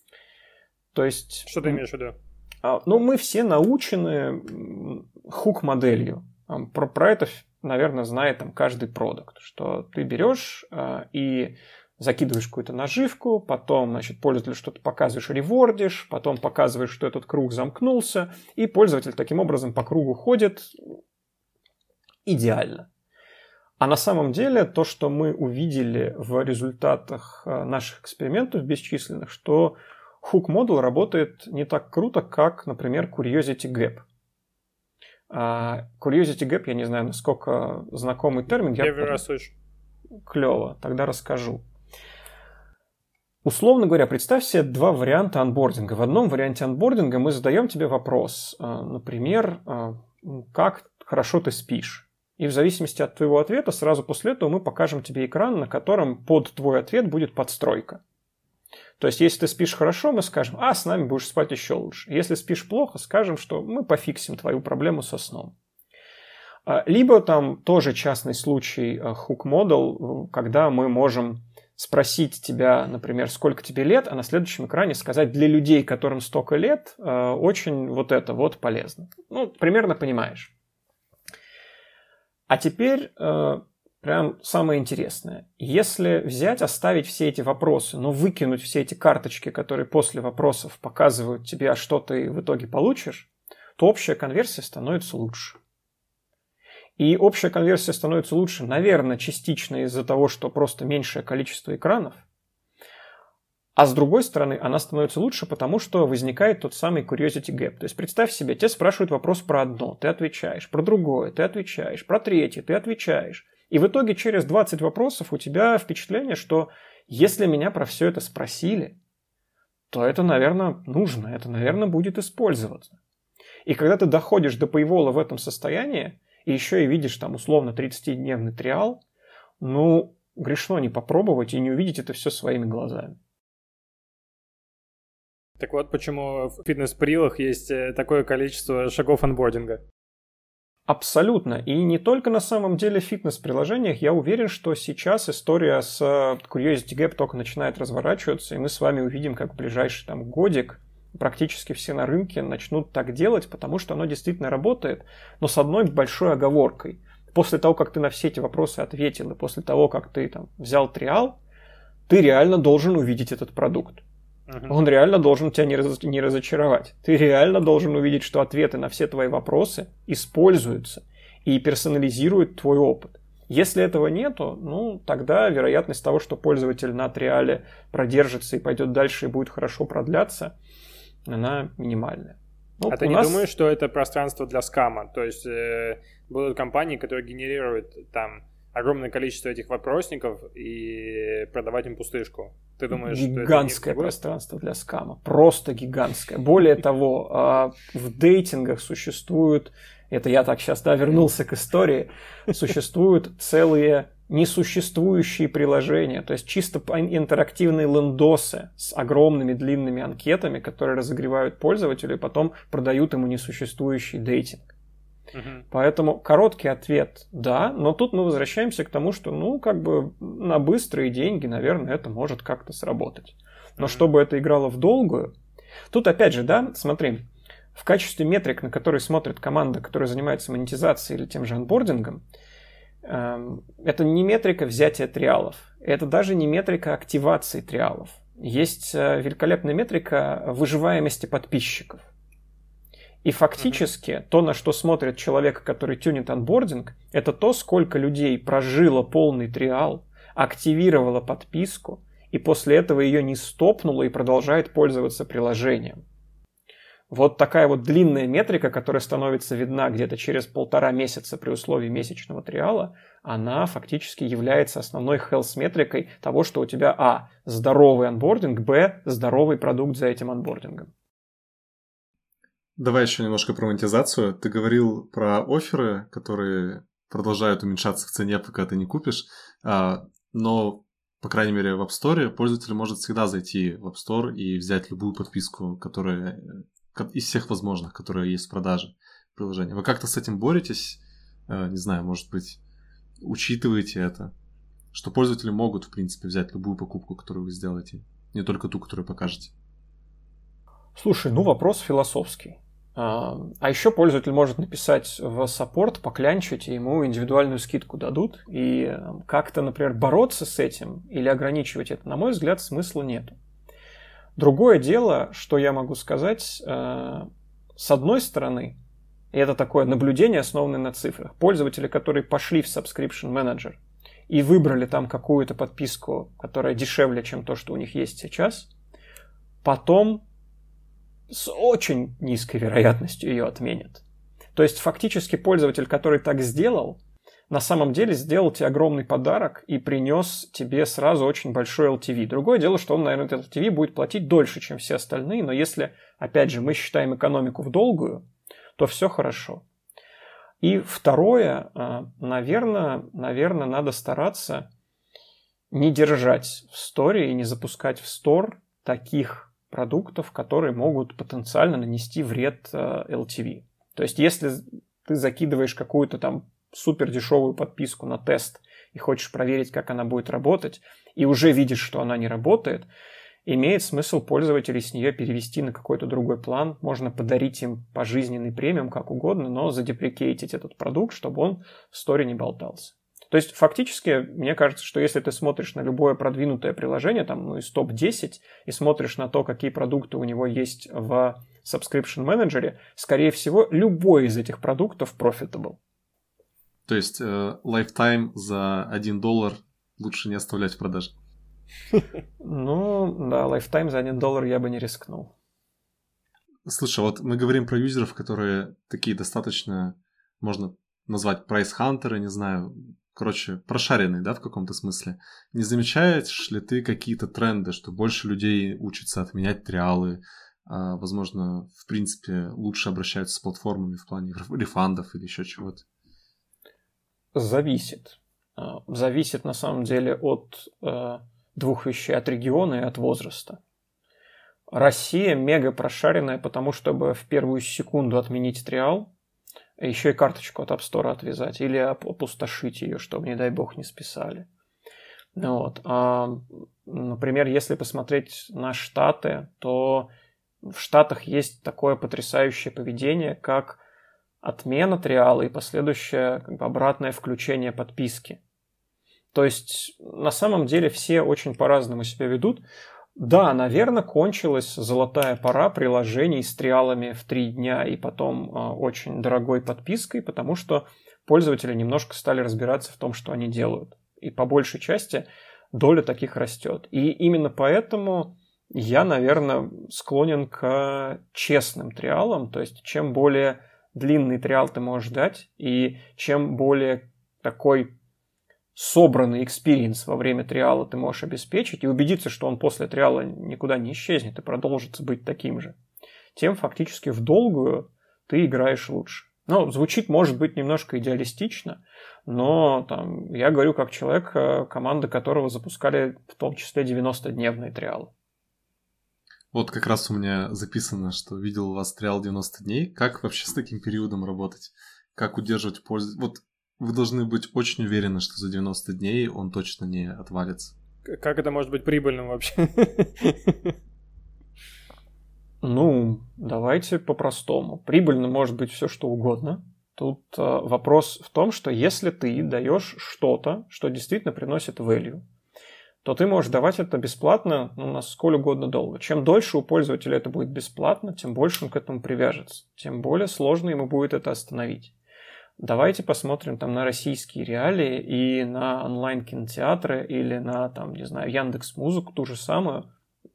То есть... Что ты имеешь в виду? Ну, мы все научены хук-моделью. Про, про это, наверное, знает там каждый продукт, что ты берешь и закидываешь какую-то наживку, потом, значит, пользователю что-то показываешь, ревордишь, потом показываешь, что этот круг замкнулся, и пользователь таким образом по кругу ходит идеально. А на самом деле то, что мы увидели в результатах наших экспериментов бесчисленных, что хук-модуль работает не так круто, как, например, Curiosity Gap. Curiosity Gap, я не знаю, насколько знакомый термин. Я первый раз слышу. Клево, тогда расскажу. Условно говоря, представь себе два варианта онбординга. В одном варианте онбординга мы задаем тебе вопрос, например, как хорошо ты спишь. И в зависимости от твоего ответа, сразу после этого мы покажем тебе экран, на котором под твой ответ будет подстройка. То есть, если ты спишь хорошо, мы скажем, а, с нами будешь спать еще лучше. Если спишь плохо, скажем, что мы пофиксим твою проблему со сном. Либо там тоже частный случай hook model, когда мы можем спросить тебя, например, сколько тебе лет, а на следующем экране сказать, для людей, которым столько лет, очень вот это вот полезно. Ну, примерно понимаешь. А теперь э, прям самое интересное. Если взять, оставить все эти вопросы, но выкинуть все эти карточки, которые после вопросов показывают тебе, что ты в итоге получишь, то общая конверсия становится лучше. И общая конверсия становится лучше, наверное, частично из-за того, что просто меньшее количество экранов. А с другой стороны, она становится лучше, потому что возникает тот самый curiosity gap. То есть представь себе, тебя спрашивают вопрос про одно, ты отвечаешь, про другое, ты отвечаешь, про третье, ты отвечаешь. И в итоге через двадцать вопросов у тебя впечатление, что если меня про все это спросили, то это, наверное, нужно, это, наверное, будет использоваться. И когда ты доходишь до paywall в этом состоянии, и еще и видишь там условно тридцатидневный триал, ну, грешно не попробовать и не увидеть это все своими глазами. Так вот, почему в фитнес-прилах есть такое количество шагов онбординга. Абсолютно. И не только на самом деле в фитнес-приложениях. Я уверен, что сейчас история с Curiosity Gap только начинает разворачиваться, и мы с вами увидим, как в ближайший там годик практически все на рынке начнут так делать, потому что оно действительно работает, но с одной большой оговоркой. После того, как ты на все эти вопросы ответил, и после того, как ты там взял триал, ты реально должен увидеть этот продукт. Он реально должен тебя не, раз, не разочаровать. Ты реально должен увидеть, что ответы на все твои вопросы используются и персонализируют твой опыт. Если этого нету, ну, тогда вероятность того, что пользователь на триале продержится и пойдет дальше и будет хорошо продляться, она минимальная. Ну, а ты не нас... думаешь, что это пространство для скама? То есть э, будут компании, которые генерируют там огромное количество этих вопросников и продавать им пустышку. Ты думаешь, гигантское что это пространство для скама. Просто гигантское. Более того, в дейтингах существуют, это я так сейчас да, вернулся к истории, существуют целые несуществующие приложения, то есть чисто интерактивные лендосы с огромными длинными анкетами, которые разогревают пользователю и потом продают ему несуществующий дейтинг. Uh-huh. Поэтому короткий ответ – да, но тут мы возвращаемся к тому, что, ну, как бы на быстрые деньги, наверное, это может как-то сработать. Но uh-huh. чтобы это играло в долгую, тут опять же, да, смотри, в качестве метрик, на которые смотрит команда, которая занимается монетизацией или тем же анбордингом, э, это не метрика взятия триалов, это даже не метрика активации триалов. Есть великолепная метрика выживаемости подписчиков. И фактически mm-hmm. то, на что смотрит человек, который тюнит анбординг, это то, сколько людей прожило полный триал, активировало подписку, и после этого ее не стопнуло и продолжает пользоваться приложением. Вот такая вот длинная метрика, которая становится видна где-то через полтора месяца при условии месячного триала, она фактически является основной health-метрикой того, что у тебя а. здоровый анбординг, б. здоровый продукт за этим анбордингом. Давай еще немножко про монетизацию. Ты говорил про офферы, которые продолжают уменьшаться в цене, пока ты не купишь. Но, по крайней мере, в App Store пользователь может всегда зайти в App Store и взять любую подписку, которая из всех возможных, которые есть в продаже приложения. Вы как-то с этим боретесь? Не знаю, может быть, учитываете это? Что пользователи могут, в принципе, взять любую покупку, которую вы сделаете, не только ту, которую покажете. Слушай, ну вопрос философский. А еще пользователь может написать в саппорт, поклянчить, и ему индивидуальную скидку дадут. И как-то, например, бороться с этим или ограничивать это, на мой взгляд, смысла нет. Другое дело, что я могу сказать, с одной стороны, и это такое наблюдение, основанное на цифрах. Пользователи, которые пошли в Subscription Manager и выбрали там какую-то подписку, которая дешевле, чем то, что у них есть сейчас, потом с очень низкой вероятностью ее отменят. То есть фактически пользователь, который так сделал, на самом деле сделал тебе огромный подарок и принес тебе сразу очень большой эл ти ви. Другое дело, что он, наверное, этот эл ти ви будет платить дольше, чем все остальные, но если, опять же, мы считаем экономику в долгую, то все хорошо. И второе, наверное, наверное, надо стараться не держать в сторе и не запускать в стор таких продуктов, которые могут потенциально нанести вред эл ти ви. То есть, если ты закидываешь какую-то там супер дешевую подписку на тест и хочешь проверить, как она будет работать, и уже видишь, что она не работает, имеет смысл пользователей с нее перевести на какой-то другой план. Можно подарить им пожизненный премиум, как угодно, но задеприкейтить этот продукт, чтобы он в сторе не болтался. То есть, фактически, мне кажется, что если ты смотришь на любое продвинутое приложение, там, ну, из топ десять, и смотришь на то, какие продукты у него есть в Subscription Manager, скорее всего, любой из этих продуктов profitable. То есть, э, lifetime за один доллар лучше не оставлять в продаже? Ну, да, lifetime за один доллар я бы не рискнул. Слушай, вот мы говорим про юзеров, которые такие достаточно, можно назвать прайс-хантеры, не знаю, короче, прошаренные, да, в каком-то смысле. Не замечаешь ли ты какие-то тренды, что больше людей учатся отменять триалы, а, возможно, в принципе, лучше обращаются с платформами в плане рефандов или еще чего-то? Зависит. Зависит, на самом деле, от э, двух вещей, от региона и от возраста. Россия мега прошаренная, потому чтобы в первую секунду отменить триал, еще и карточку от App Store отвязать или опустошить ее, чтобы, не дай бог, не списали. Вот. А, например, если посмотреть на Штаты, то в Штатах есть такое потрясающее поведение, как отмена триала и последующее как бы, обратное включение подписки. То есть, на самом деле, все очень по-разному себя ведут. Да, наверное, кончилась золотая пора приложений с триалами в три дня и потом э, очень дорогой подпиской, потому что пользователи немножко стали разбираться в том, что они делают. И по большей части доля таких растет. И именно поэтому я, наверное, склонен к честным триалам. То есть, чем более длинный триал ты можешь дать, и чем более такой собранный экспириенс во время триала ты можешь обеспечить и убедиться, что он после триала никуда не исчезнет и продолжит быть таким же, тем фактически в долгую ты играешь лучше. Ну, звучит, может быть, немножко идеалистично, но там, я говорю как человек, команда которого запускали в том числе девяностодневные триалы. Вот как раз у меня записано, что видел у вас триал девяносто дней. Как вообще с таким периодом работать? Как удерживать пользу? Вот вы должны быть очень уверены, что за девяносто дней он точно не отвалится. Как это может быть прибыльным вообще? Ну, давайте по-простому. Прибыльно может быть все, что угодно. Тут э, вопрос в том, что если ты даешь что-то, что действительно приносит value, то ты можешь давать это бесплатно, ну, на сколь угодно долго. Чем дольше у пользователя это будет бесплатно, тем больше он к этому привяжется. Тем более сложно ему будет это остановить. Давайте посмотрим там на российские реалии и на онлайн-кинотеатры или на, там, не знаю, Яндекс.Музыку, ту же самую.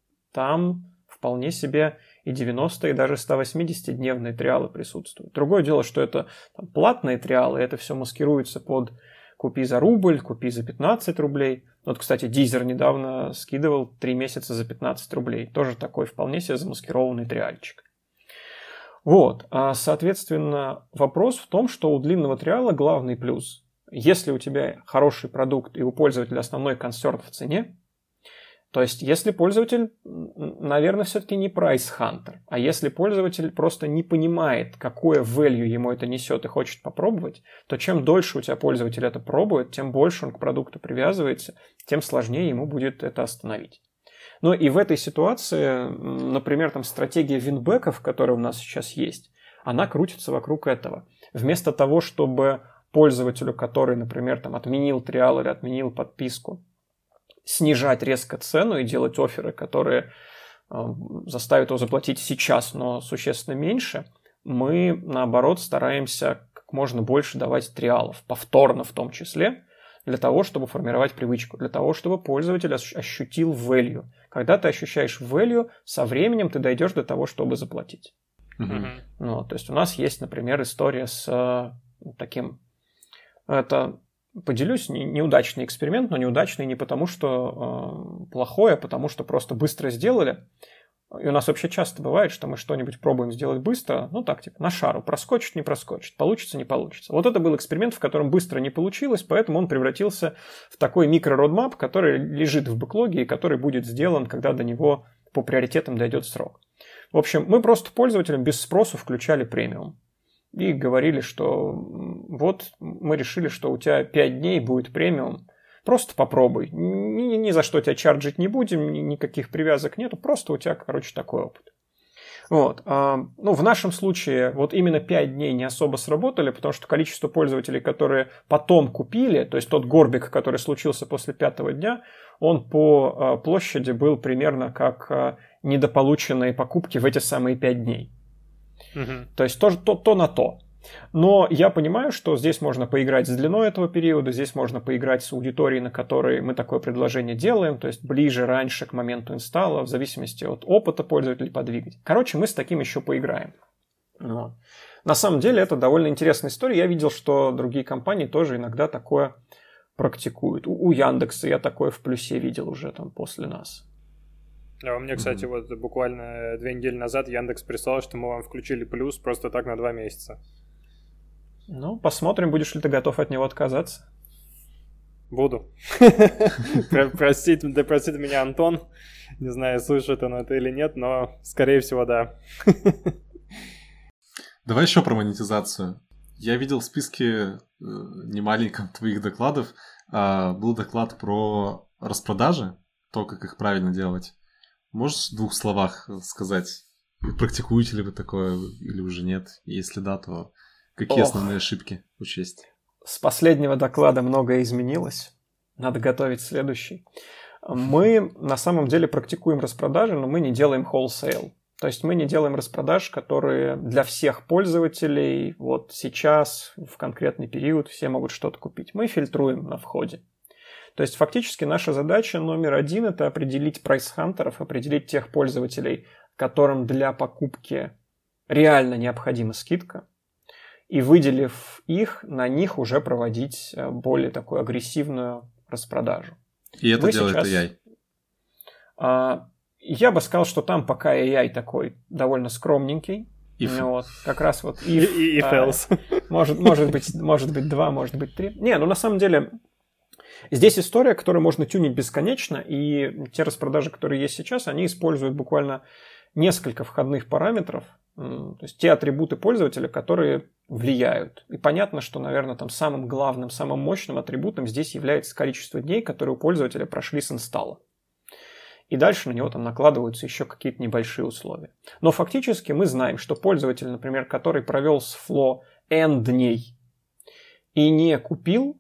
Там вполне себе и девяносто, и даже сто восьмидесятидневные триалы присутствуют. Другое дело, что это там, платные триалы, это все маскируется под купи за рубль, купи за пятнадцать рублей. Вот, кстати, Deezer недавно скидывал три месяца за пятнадцать рублей. Тоже такой вполне себе замаскированный триальчик. Вот, а, соответственно, вопрос в том, что у длинного триала главный плюс. Если у тебя хороший продукт и у пользователя основной консерн в цене, то есть если пользователь, наверное, все-таки не прайс-хантер, а если пользователь просто не понимает, какое value ему это несет и хочет попробовать, то чем дольше у тебя пользователь это пробует, тем больше он к продукту привязывается, тем сложнее ему будет это остановить. Ну и в этой ситуации, например, там стратегия винбеков, которая у нас сейчас есть, она крутится вокруг этого. Вместо того, чтобы пользователю, который, например, там отменил триал или отменил подписку, снижать резко цену и делать офферы, которые э, заставят его заплатить сейчас, но существенно меньше, мы, наоборот, стараемся как можно больше давать триалов, повторно в том числе, для того, чтобы формировать привычку, для того, чтобы пользователь ощутил value. Когда ты ощущаешь value, со временем ты дойдешь до того, чтобы заплатить. Mm-hmm. Ну, то есть у нас есть, например, история с э, таким... Это... Поделюсь, неудачный эксперимент, но неудачный не потому, что э, плохой, а потому, что просто быстро сделали. И у нас вообще часто бывает, что мы что-нибудь пробуем сделать быстро, ну так, типа, на шару, проскочит, не проскочит, получится, не получится. Вот это был эксперимент, в котором быстро не получилось, поэтому он превратился в такой микро-родмап, который лежит в бэклоге и который будет сделан, когда до него по приоритетам дойдет срок. В общем, мы просто пользователям без спросу включали премиум. И говорили, что вот мы решили, что у тебя пять дней будет премиум. Просто попробуй. Ни, ни за что тебя чарджить не будем, ни, никаких привязок нету. Просто у тебя, короче, такой опыт. Вот. А, ну, в нашем случае вот именно пять дней не особо сработали, потому что количество пользователей, которые потом купили, то есть тот горбик, который случился после пятого дня, он по а, площади был примерно как а, недополученные покупки в эти самые пять дней. Uh-huh. То есть тоже то, то на то. Но я понимаю, что здесь можно поиграть с длиной этого периода, здесь можно поиграть с аудиторией, на которой мы такое предложение делаем, то есть ближе, раньше к моменту инсталла, в зависимости от опыта пользователя подвигать. Короче, мы с таким еще поиграем. Вот. На самом деле это довольно интересная история. Я видел, что другие компании тоже иногда такое практикуют. У, у Яндекса я такое в плюсе видел уже там после нас. А у меня, кстати, mm-hmm. вот буквально две недели назад Яндекс прислал, что мы вам включили плюс просто так на два месяца. Ну, посмотрим, будешь ли ты готов от него отказаться. Буду. Простит, да простит меня Антон. Не знаю, слышит он это или нет, но, скорее всего, да. Давай еще про монетизацию. Я видел в списке немаленьком твоих докладов, был доклад про распродажи, то, как их правильно делать. Можешь в двух словах сказать, практикуете ли вы такое или уже нет? Если да, то какие Ох. основные ошибки учесть? С последнего доклада многое изменилось. Надо готовить следующий. Мы на самом деле практикуем распродажи, но мы не делаем wholesale. То есть мы не делаем распродаж, которые для всех пользователей вот сейчас, в конкретный период, все могут что-то купить. Мы фильтруем на входе. То есть фактически наша задача номер один – это определить прайс-хантеров, определить тех пользователей, которым для покупки реально необходима скидка. и, выделив их, на них уже проводить более такую агрессивную распродажу. И это Мы делает сейчас, эй ай? А, я бы сказал, что там пока эй ай такой довольно скромненький. If. Вот, как раз вот if, if, if а, else. Может, может, быть, может быть два, может быть три. Не, ну на самом деле здесь история, которую можно тюнить бесконечно, и те распродажи, которые есть сейчас, они используют буквально несколько входных параметров, то есть те атрибуты пользователя, которые влияют. И понятно, что, наверное, там самым главным, самым мощным атрибутом здесь является количество дней, которые у пользователя прошли с инсталла. И дальше на него там накладываются еще какие-то небольшие условия. Но фактически мы знаем, что пользователь, например, который провел с Flow N дней и не купил,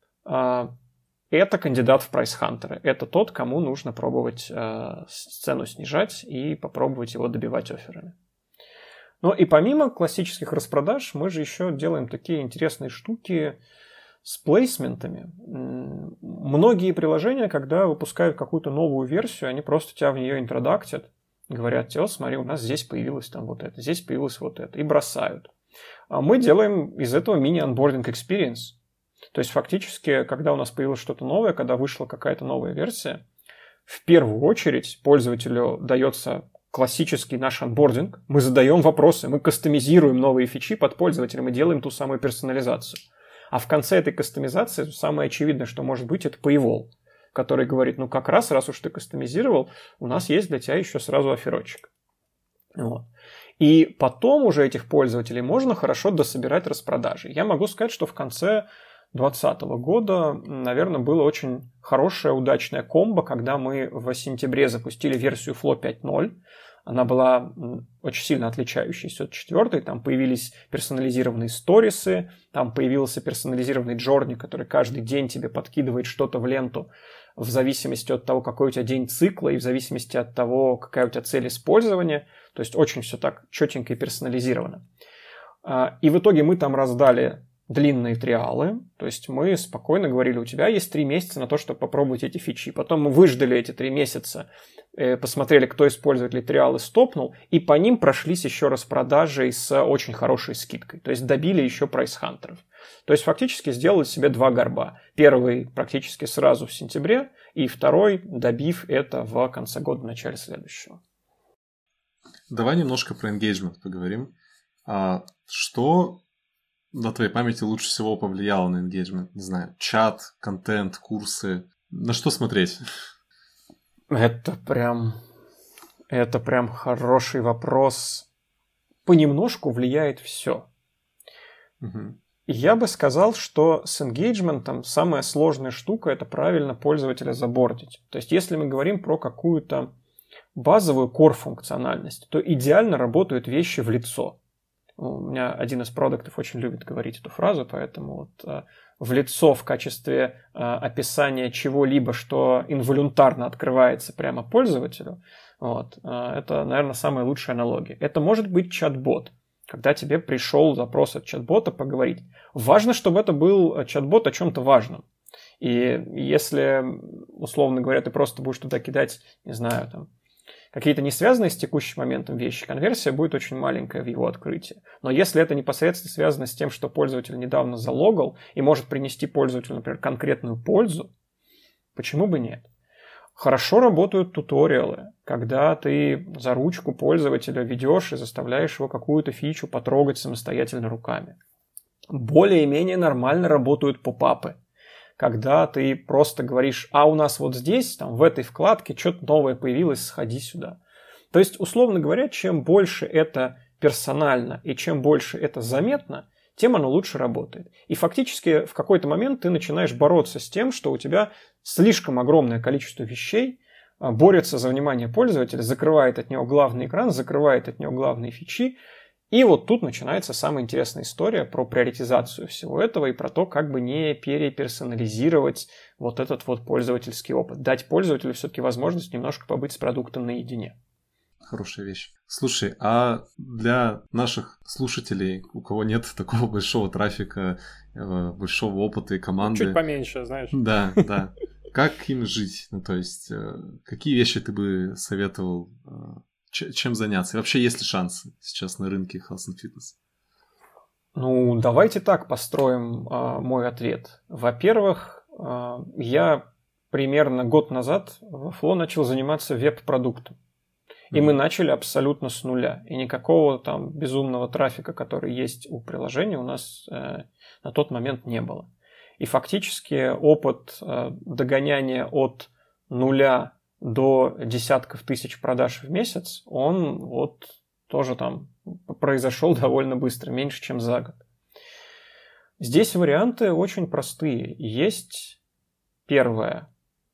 это кандидат в прайс-хантеры. Это тот, кому нужно пробовать цену снижать и попробовать его добивать офферами. Ну и помимо классических распродаж, мы же еще делаем такие интересные штуки с плейсментами. Многие приложения, когда выпускают какую-то новую версию, они просто тебя в нее интродактят, говорят тебе: смотри, у нас здесь появилось там вот это, здесь появилось вот это, и бросают. А мы делаем из этого мини-онбординг experience. То есть фактически, когда у нас появилось что-то новое, когда вышла какая-то новая версия, в первую очередь пользователю дается классический наш онбординг, мы задаем вопросы, мы кастомизируем новые фичи под пользователя, мы делаем ту самую персонализацию. А в конце этой кастомизации самое очевидное, что может быть, это paywall, который говорит: ну как раз, раз уж ты кастомизировал, у нас есть для тебя еще сразу офферочек. Вот. И потом уже этих пользователей можно хорошо дособирать распродажи. Я могу сказать, что в конце двадцатого года, наверное, было очень хорошая, удачная комбо, когда мы в сентябре запустили версию Flow пять ноль. Она была очень сильно отличающейся от четвертой. Там появились персонализированные сторисы, там появился персонализированный джорни, который каждый день тебе подкидывает что-то в ленту в зависимости от того, какой у тебя день цикла, и в зависимости от того, какая у тебя цель использования. То есть очень все так четенько и персонализировано. И в итоге мы там раздали длинные триалы, то есть мы спокойно говорили: у тебя есть три месяца на то, чтобы попробовать эти фичи. Потом мы выждали эти три месяца, посмотрели, кто из пользователей триалы стопнул, и по ним прошлись еще раз продажи с очень хорошей скидкой. То есть добили еще прайс-хантеров. То есть фактически сделали себе два горба. Первый практически сразу в сентябре, и второй, добив это в конце года, в начале следующего. Давай немножко про engagement поговорим. А что на твоей памяти лучше всего повлияло на engagement? Не знаю, чат, контент, курсы. На что смотреть? Это прям... Это прям хороший вопрос. Понемножку влияет все. Угу. Я бы сказал, что с engagement самая сложная штука — это правильно пользователя забордить. То есть если мы говорим про какую-то базовую core-функциональность, то идеально работают вещи в лицо. У меня один из продуктов очень любит говорить эту фразу, поэтому вот, э, в лицо в качестве э, описания чего-либо, что инволюнтарно открывается прямо пользователю, вот, э, это, наверное, самая лучшая аналогия. Это может быть чат-бот, когда тебе пришел запрос от чат-бота поговорить. Важно, чтобы это был чат-бот о чем-то важном. И если, условно говоря, ты просто будешь туда кидать, не знаю, там, какие-то не связанные с текущим моментом вещи, конверсия будет очень маленькая в его открытии. Но если это непосредственно связано с тем, что пользователь недавно залогал и может принести пользователю, например, конкретную пользу, почему бы нет? Хорошо работают туториалы, когда ты за ручку пользователя ведешь и заставляешь его какую-то фичу потрогать самостоятельно руками. Более-менее нормально работают попапы, когда ты просто говоришь: а у нас вот здесь, там, в этой вкладке что-то новое появилось, сходи сюда. То есть, условно говоря, чем больше это персонально и чем больше это заметно, тем оно лучше работает. И фактически в какой-то момент ты начинаешь бороться с тем, что у тебя слишком огромное количество вещей борется за внимание пользователя, закрывает от него главный экран, закрывает от него главные фичи. И вот тут начинается самая интересная история про приоритизацию всего этого и про то, как бы не переперсонализировать вот этот вот пользовательский опыт. Дать пользователю все-таки возможность немножко побыть с продуктом наедине. Хорошая вещь. Слушай, а для наших слушателей, у кого нет такого большого трафика, большого опыта и команды... Чуть поменьше, знаешь. Да, да. Как им жить? Ну, то есть, какие вещи ты бы советовал... Чем заняться? И вообще, есть ли шансы сейчас на рынке Health and Fitness? Ну, давайте так построим э, мой ответ. Во-первых, э, я примерно год назад в Flow начал заниматься веб-продуктом. И mm-hmm. мы начали абсолютно с нуля. И никакого там безумного трафика, который есть у приложения, у нас э, на тот момент не было. И фактически опыт э, догоняния от нуля до десятков тысяч продаж в месяц, он вот тоже там произошел довольно быстро, меньше, чем за год. Здесь варианты очень простые. Есть первое.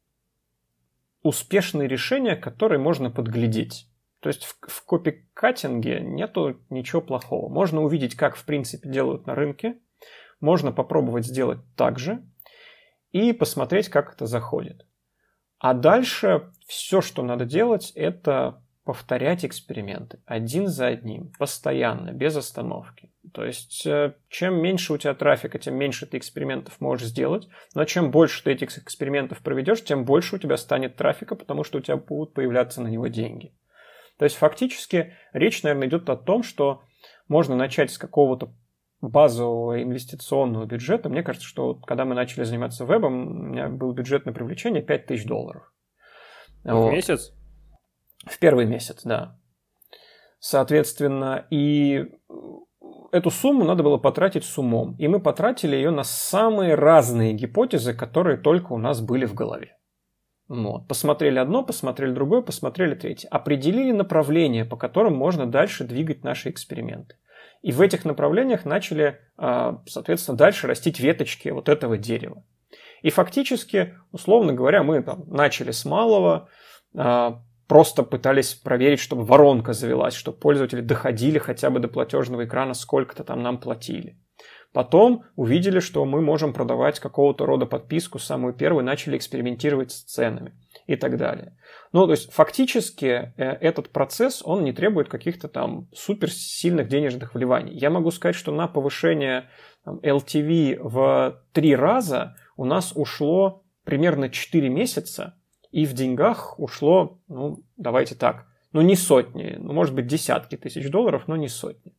Успешные решения, которые можно подглядеть. То есть в, в копикаттинге нету ничего плохого. Можно увидеть, как в принципе делают на рынке. Можно попробовать сделать так же и посмотреть, как это заходит. А дальше все, что надо делать, это повторять эксперименты один за одним, постоянно, без остановки. То есть чем меньше у тебя трафика, тем меньше ты экспериментов можешь сделать, но чем больше ты этих экспериментов проведешь, тем больше у тебя станет трафика, потому что у тебя будут появляться на него деньги. То есть фактически речь, наверное, идет о том, что можно начать с какого-то базового инвестиционного бюджета. Мне кажется, что вот, когда мы начали заниматься вебом, у меня был бюджет на привлечение пять тысяч долларов. В вот. месяц? В первый месяц, да. Соответственно, и эту сумму надо было потратить с умом. И мы потратили ее на самые разные гипотезы, которые только у нас были в голове. Вот. Посмотрели одно, посмотрели другое, посмотрели третье. Определили направление, по которым можно дальше двигать наши эксперименты. И в этих направлениях начали, соответственно, дальше растить веточки вот этого дерева. И фактически, условно говоря, мы там начали с малого, просто пытались проверить, чтобы воронка завелась, чтобы пользователи доходили хотя бы до платежного экрана, сколько-то там нам платили. Потом увидели, что мы можем продавать какого-то рода подписку, самую первую, начали экспериментировать с ценами и так далее. Ну, то есть фактически этот процесс, он не требует каких-то там суперсильных денежных вливаний. Я могу сказать, что на повышение там, эл ти ви в три раза у нас ушло примерно четыре месяца, и в деньгах ушло, ну, давайте так, ну, не сотни, ну, может быть, десятки тысяч долларов, но не сотни.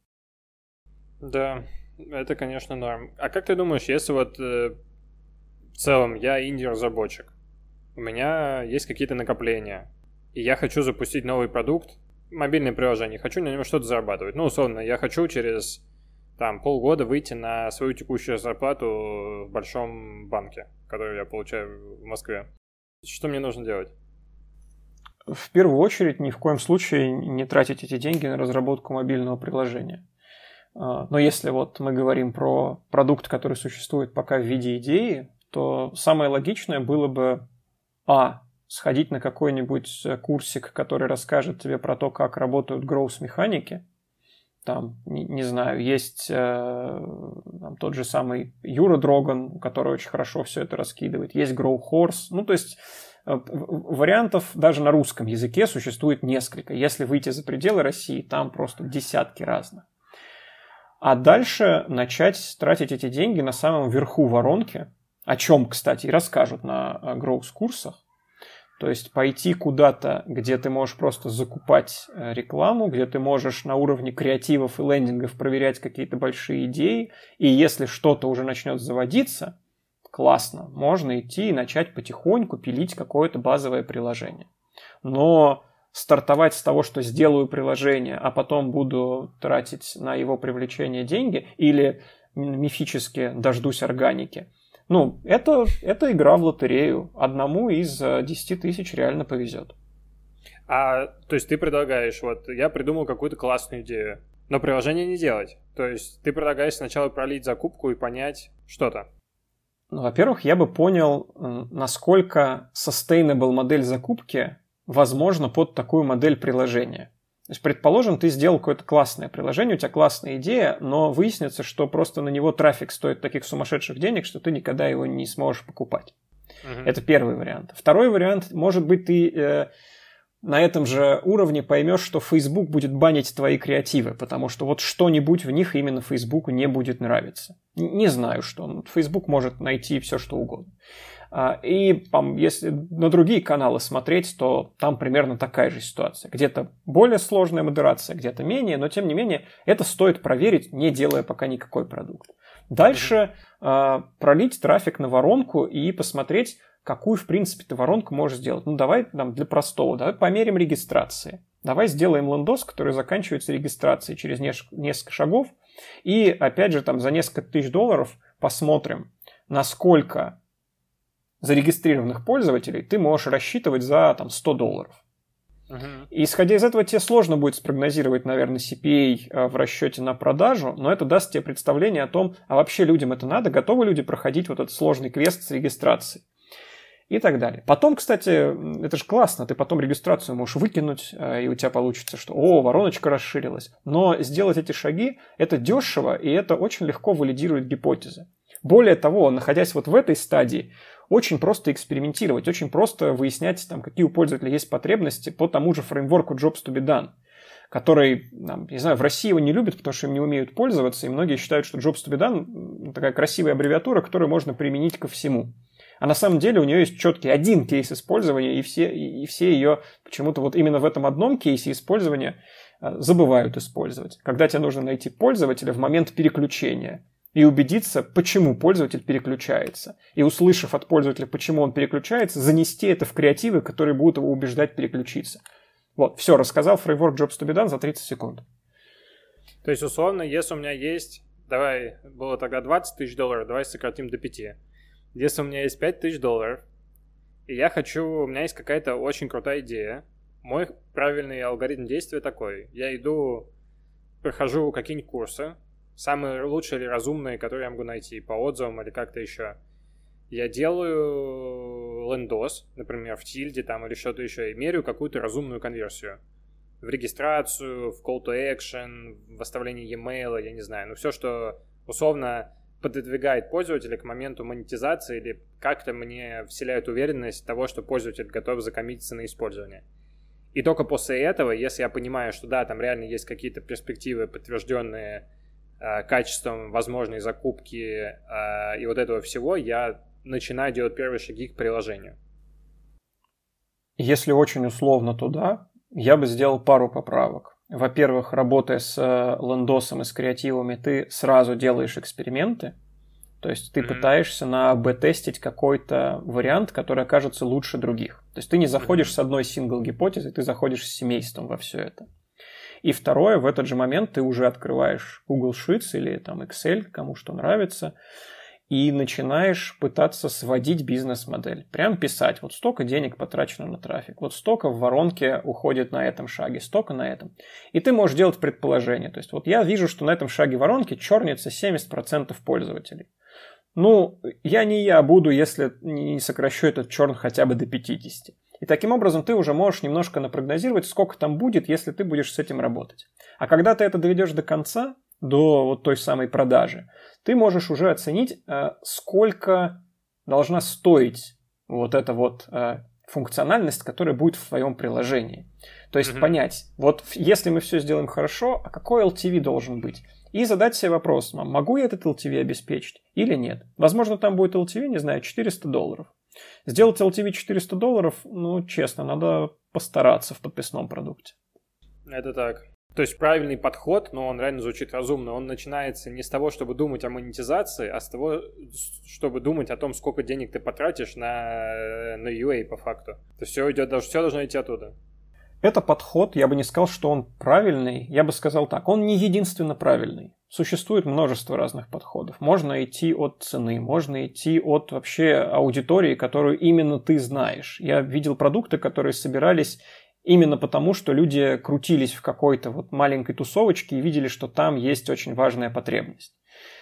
Да, это, конечно, норм. А как ты думаешь, если вот э, в целом я инди-разработчик, у меня есть какие-то накопления, и я хочу запустить новый продукт, мобильное приложение, хочу на нем что-то зарабатывать. Ну, условно, я хочу через там, полгода выйти на свою текущую зарплату в большом банке, которую я получаю в Москве. Что мне нужно делать? В первую очередь, ни в коем случае не тратить эти деньги на разработку мобильного приложения. Но если вот мы говорим про продукт, который существует пока в виде идеи, то самое логичное было бы а. сходить на какой-нибудь курсик, который расскажет тебе про то, как работают гроус-механики. Там, не, не знаю, есть э, там, тот же самый Юра Дроган, который очень хорошо все это раскидывает. Есть Grow Horse. Ну, то есть э, вариантов даже на русском языке существует несколько. Если выйти за пределы России, там просто десятки разных. А дальше начать тратить эти деньги на самом верху воронки, о чем, кстати, и расскажут на Growth-курсах. То есть пойти куда-то, где ты можешь просто закупать рекламу, где ты можешь на уровне креативов и лендингов проверять какие-то большие идеи, и если что-то уже начнет заводиться, классно, можно идти и начать потихоньку пилить какое-то базовое приложение. Но стартовать с того, что сделаю приложение, а потом буду тратить на его привлечение деньги, или мифически дождусь органики, ну, это, это игра в лотерею. Одному из десяти тысяч реально повезет. А, то есть ты предлагаешь, вот я придумал какую-то классную идею, но приложение не делать. То есть ты предлагаешь сначала пролить закупку и понять что-то. Ну, во-первых, я бы понял, насколько sustainable модель закупки возможна под такую модель приложения. То есть, предположим, ты сделал какое-то классное приложение, у тебя классная идея, но выяснится, что просто на него трафик стоит таких сумасшедших денег, что ты никогда его не сможешь покупать. Uh-huh. Это первый вариант. Второй вариант, может быть, ты э, на этом же уровне поймешь, что Facebook будет банить твои креативы, потому что вот что-нибудь в них именно Facebooku не будет нравиться. Не знаю, что. Facebook может найти все, что угодно. И если на другие каналы смотреть, то там примерно такая же ситуация. Где-то более сложная модерация, где-то менее, но тем не менее это стоит проверить, не делая пока никакой продукт. Дальше mm-hmm. пролить трафик на воронку и посмотреть, какую, в принципе, ты воронку можешь сделать. Ну, давай там, для простого, давай померим регистрации. Давай сделаем лендос, который заканчивается регистрацией через несколько шагов. И, опять же, там за несколько тысяч долларов посмотрим, насколько зарегистрированных пользователей ты можешь рассчитывать за там, сто долларов. Uh-huh. И, исходя из этого, тебе сложно будет спрогнозировать, наверное, си пи эй в расчете на продажу, но это даст тебе представление о том, а вообще людям это надо, готовы люди проходить вот этот сложный квест с регистрацией. И так далее. Потом, кстати, это же классно, ты потом регистрацию можешь выкинуть, и у тебя получится, что «О, вороночка расширилась». Но сделать эти шаги – это дешево, и это очень легко валидирует гипотезы. Более того, находясь вот в этой стадии, очень просто экспериментировать, очень просто выяснять, там, какие у пользователя есть потребности по тому же фреймворку Jobs to be done, который, там, не знаю, в России его не любят, потому что им не умеют пользоваться, и многие считают, что Jobs to be done – такая красивая аббревиатура, которую можно применить ко всему. А на самом деле у нее есть четкий один кейс использования, и все, и все ее почему-то вот именно в этом одном кейсе использования забывают использовать. Когда тебе нужно найти пользователя в момент переключения и убедиться, почему пользователь переключается. И услышав от пользователя, почему он переключается, занести это в креативы, которые будут его убеждать переключиться. Вот, все, рассказал фреймворк Jobs to be done за тридцать секунд. То есть, условно, если у меня есть, давай, было тогда двадцать тысяч долларов, давай сократим до пяти. Если у меня есть пять тысяч долларов, и я хочу, у меня есть какая-то очень крутая идея, мой правильный алгоритм действия такой. Я иду, прохожу какие-нибудь курсы, самые лучшие или разумные, которые я могу найти по отзывам или как-то еще. Я делаю лендос, например, в тильде там или что-то еще, и меряю какую-то разумную конверсию. В регистрацию, в call to action, в оставление e-mail, я не знаю. Ну, все, что условно пододвигает пользователя к моменту монетизации или как-то мне вселяет уверенность того, что пользователь готов закоммититься на использование. И только после этого, если я понимаю, что да, там реально есть какие-то перспективы, подтвержденные э, качеством возможной закупки э, и вот этого всего, я начинаю делать первые шаги к приложению. Если очень условно туда, я бы сделал пару поправок. Во-первых, работая с лендосом и с креативами, ты сразу делаешь эксперименты. То есть ты mm-hmm. пытаешься на эй-би-тестить какой-то вариант, который окажется лучше других. То есть ты не заходишь mm-hmm. с одной сингл-гипотезой, ты заходишь с семейством во все это. И второе, в этот же момент ты уже открываешь Google Sheets или там Excel, кому что нравится, и начинаешь пытаться сводить бизнес-модель. Прям писать, вот столько денег потрачено на трафик, вот столько в воронке уходит на этом шаге, столько на этом. И ты можешь делать предположение. То есть вот я вижу, что на этом шаге воронки чернится семьдесят процентов пользователей. Ну, я не я буду, если не сокращу этот черн хотя бы до пятидесяти. И таким образом ты уже можешь немножко напрогнозировать, сколько там будет, если ты будешь с этим работать. А когда ты это доведешь до конца, до вот той самой продажи, ты можешь уже оценить, сколько должна стоить вот эта вот функциональность, которая будет в твоем приложении. То есть mm-hmm. понять, вот если мы все сделаем хорошо, а какой эл ти ви должен быть? И задать себе вопрос, могу я этот эл ти ви обеспечить или нет? Возможно, там будет эл ти ви, не знаю, четыреста долларов. Сделать эл ти ви четыреста долларов, ну, честно, надо постараться в подписном продукте. Это так. То есть правильный подход, но он реально звучит разумно, он начинается не с того, чтобы думать о монетизации, а с того, чтобы думать о том, сколько денег ты потратишь на, на ю эй по факту. То есть все, идет, все должно идти оттуда. Это подход, я бы не сказал, что он правильный, я бы сказал так, он не единственно правильный. Существует множество разных подходов. Можно идти от цены, можно идти от вообще аудитории, которую именно ты знаешь. Я видел продукты, которые собирались именно потому, что люди крутились в какой-то вот маленькой тусовочке и видели, что там есть очень важная потребность.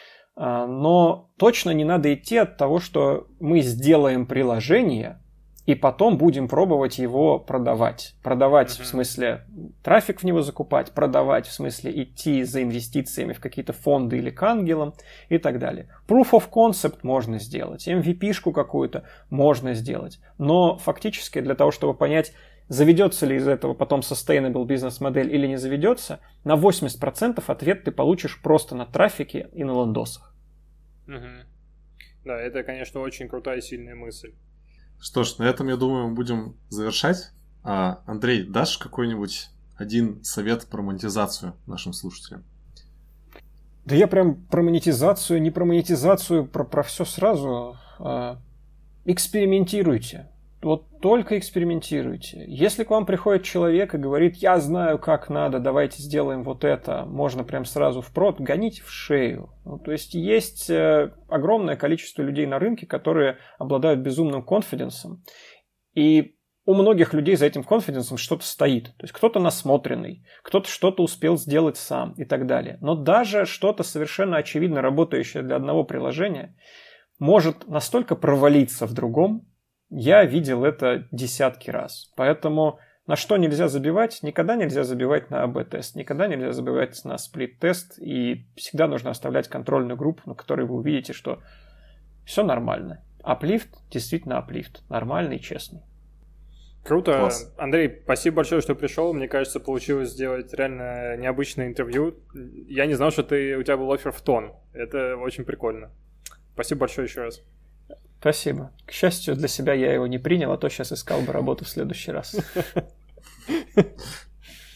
Но точно не надо идти от того, что мы сделаем приложение и потом будем пробовать его продавать. Продавать mm-hmm. в смысле трафик в него закупать, продавать в смысле идти за инвестициями в какие-то фонды или к ангелам и так далее. Proof of concept можно сделать, эм ви пи-шку какую-то можно сделать. Но фактически для того, чтобы понять, заведется ли из этого потом sustainable бизнес-модель или не заведется, на восемьдесят процентов ответ ты получишь просто на трафике и на лендосах. Угу. Да, это, конечно, очень крутая и сильная мысль. Что ж, на этом, я думаю, мы будем завершать. А, Андрей, дашь какой-нибудь один совет про монетизацию нашим слушателям? Да я прям про монетизацию, не про монетизацию, про, про все сразу. А, экспериментируйте. Вот только экспериментируйте. Если к вам приходит человек и говорит, я знаю, как надо, давайте сделаем вот это, можно прям сразу впрод, гоните в шею. Ну, то есть есть э, огромное количество людей на рынке, которые обладают безумным конфиденсом, и у многих людей за этим конфиденсом что-то стоит. То есть кто-то насмотренный, кто-то что-то успел сделать сам и так далее. Но даже что-то совершенно очевидно работающее для одного приложения может настолько провалиться в другом. Я видел это десятки раз. Поэтому на что нельзя забивать? Никогда нельзя забивать на эй би тест, никогда нельзя забивать на сплит-тест, и всегда нужно оставлять контрольную группу, на которой вы увидите, что все нормально. Аплифт действительно аплифт. Нормальный и честный. Круто. Класс. Андрей, спасибо большое, что пришел. Мне кажется, получилось сделать реально необычное интервью. Я не знал, что ты, у тебя был оффер в тон. Это очень прикольно. Спасибо большое еще раз. Спасибо. К счастью, для себя я его не принял, а то сейчас искал бы работу в следующий раз.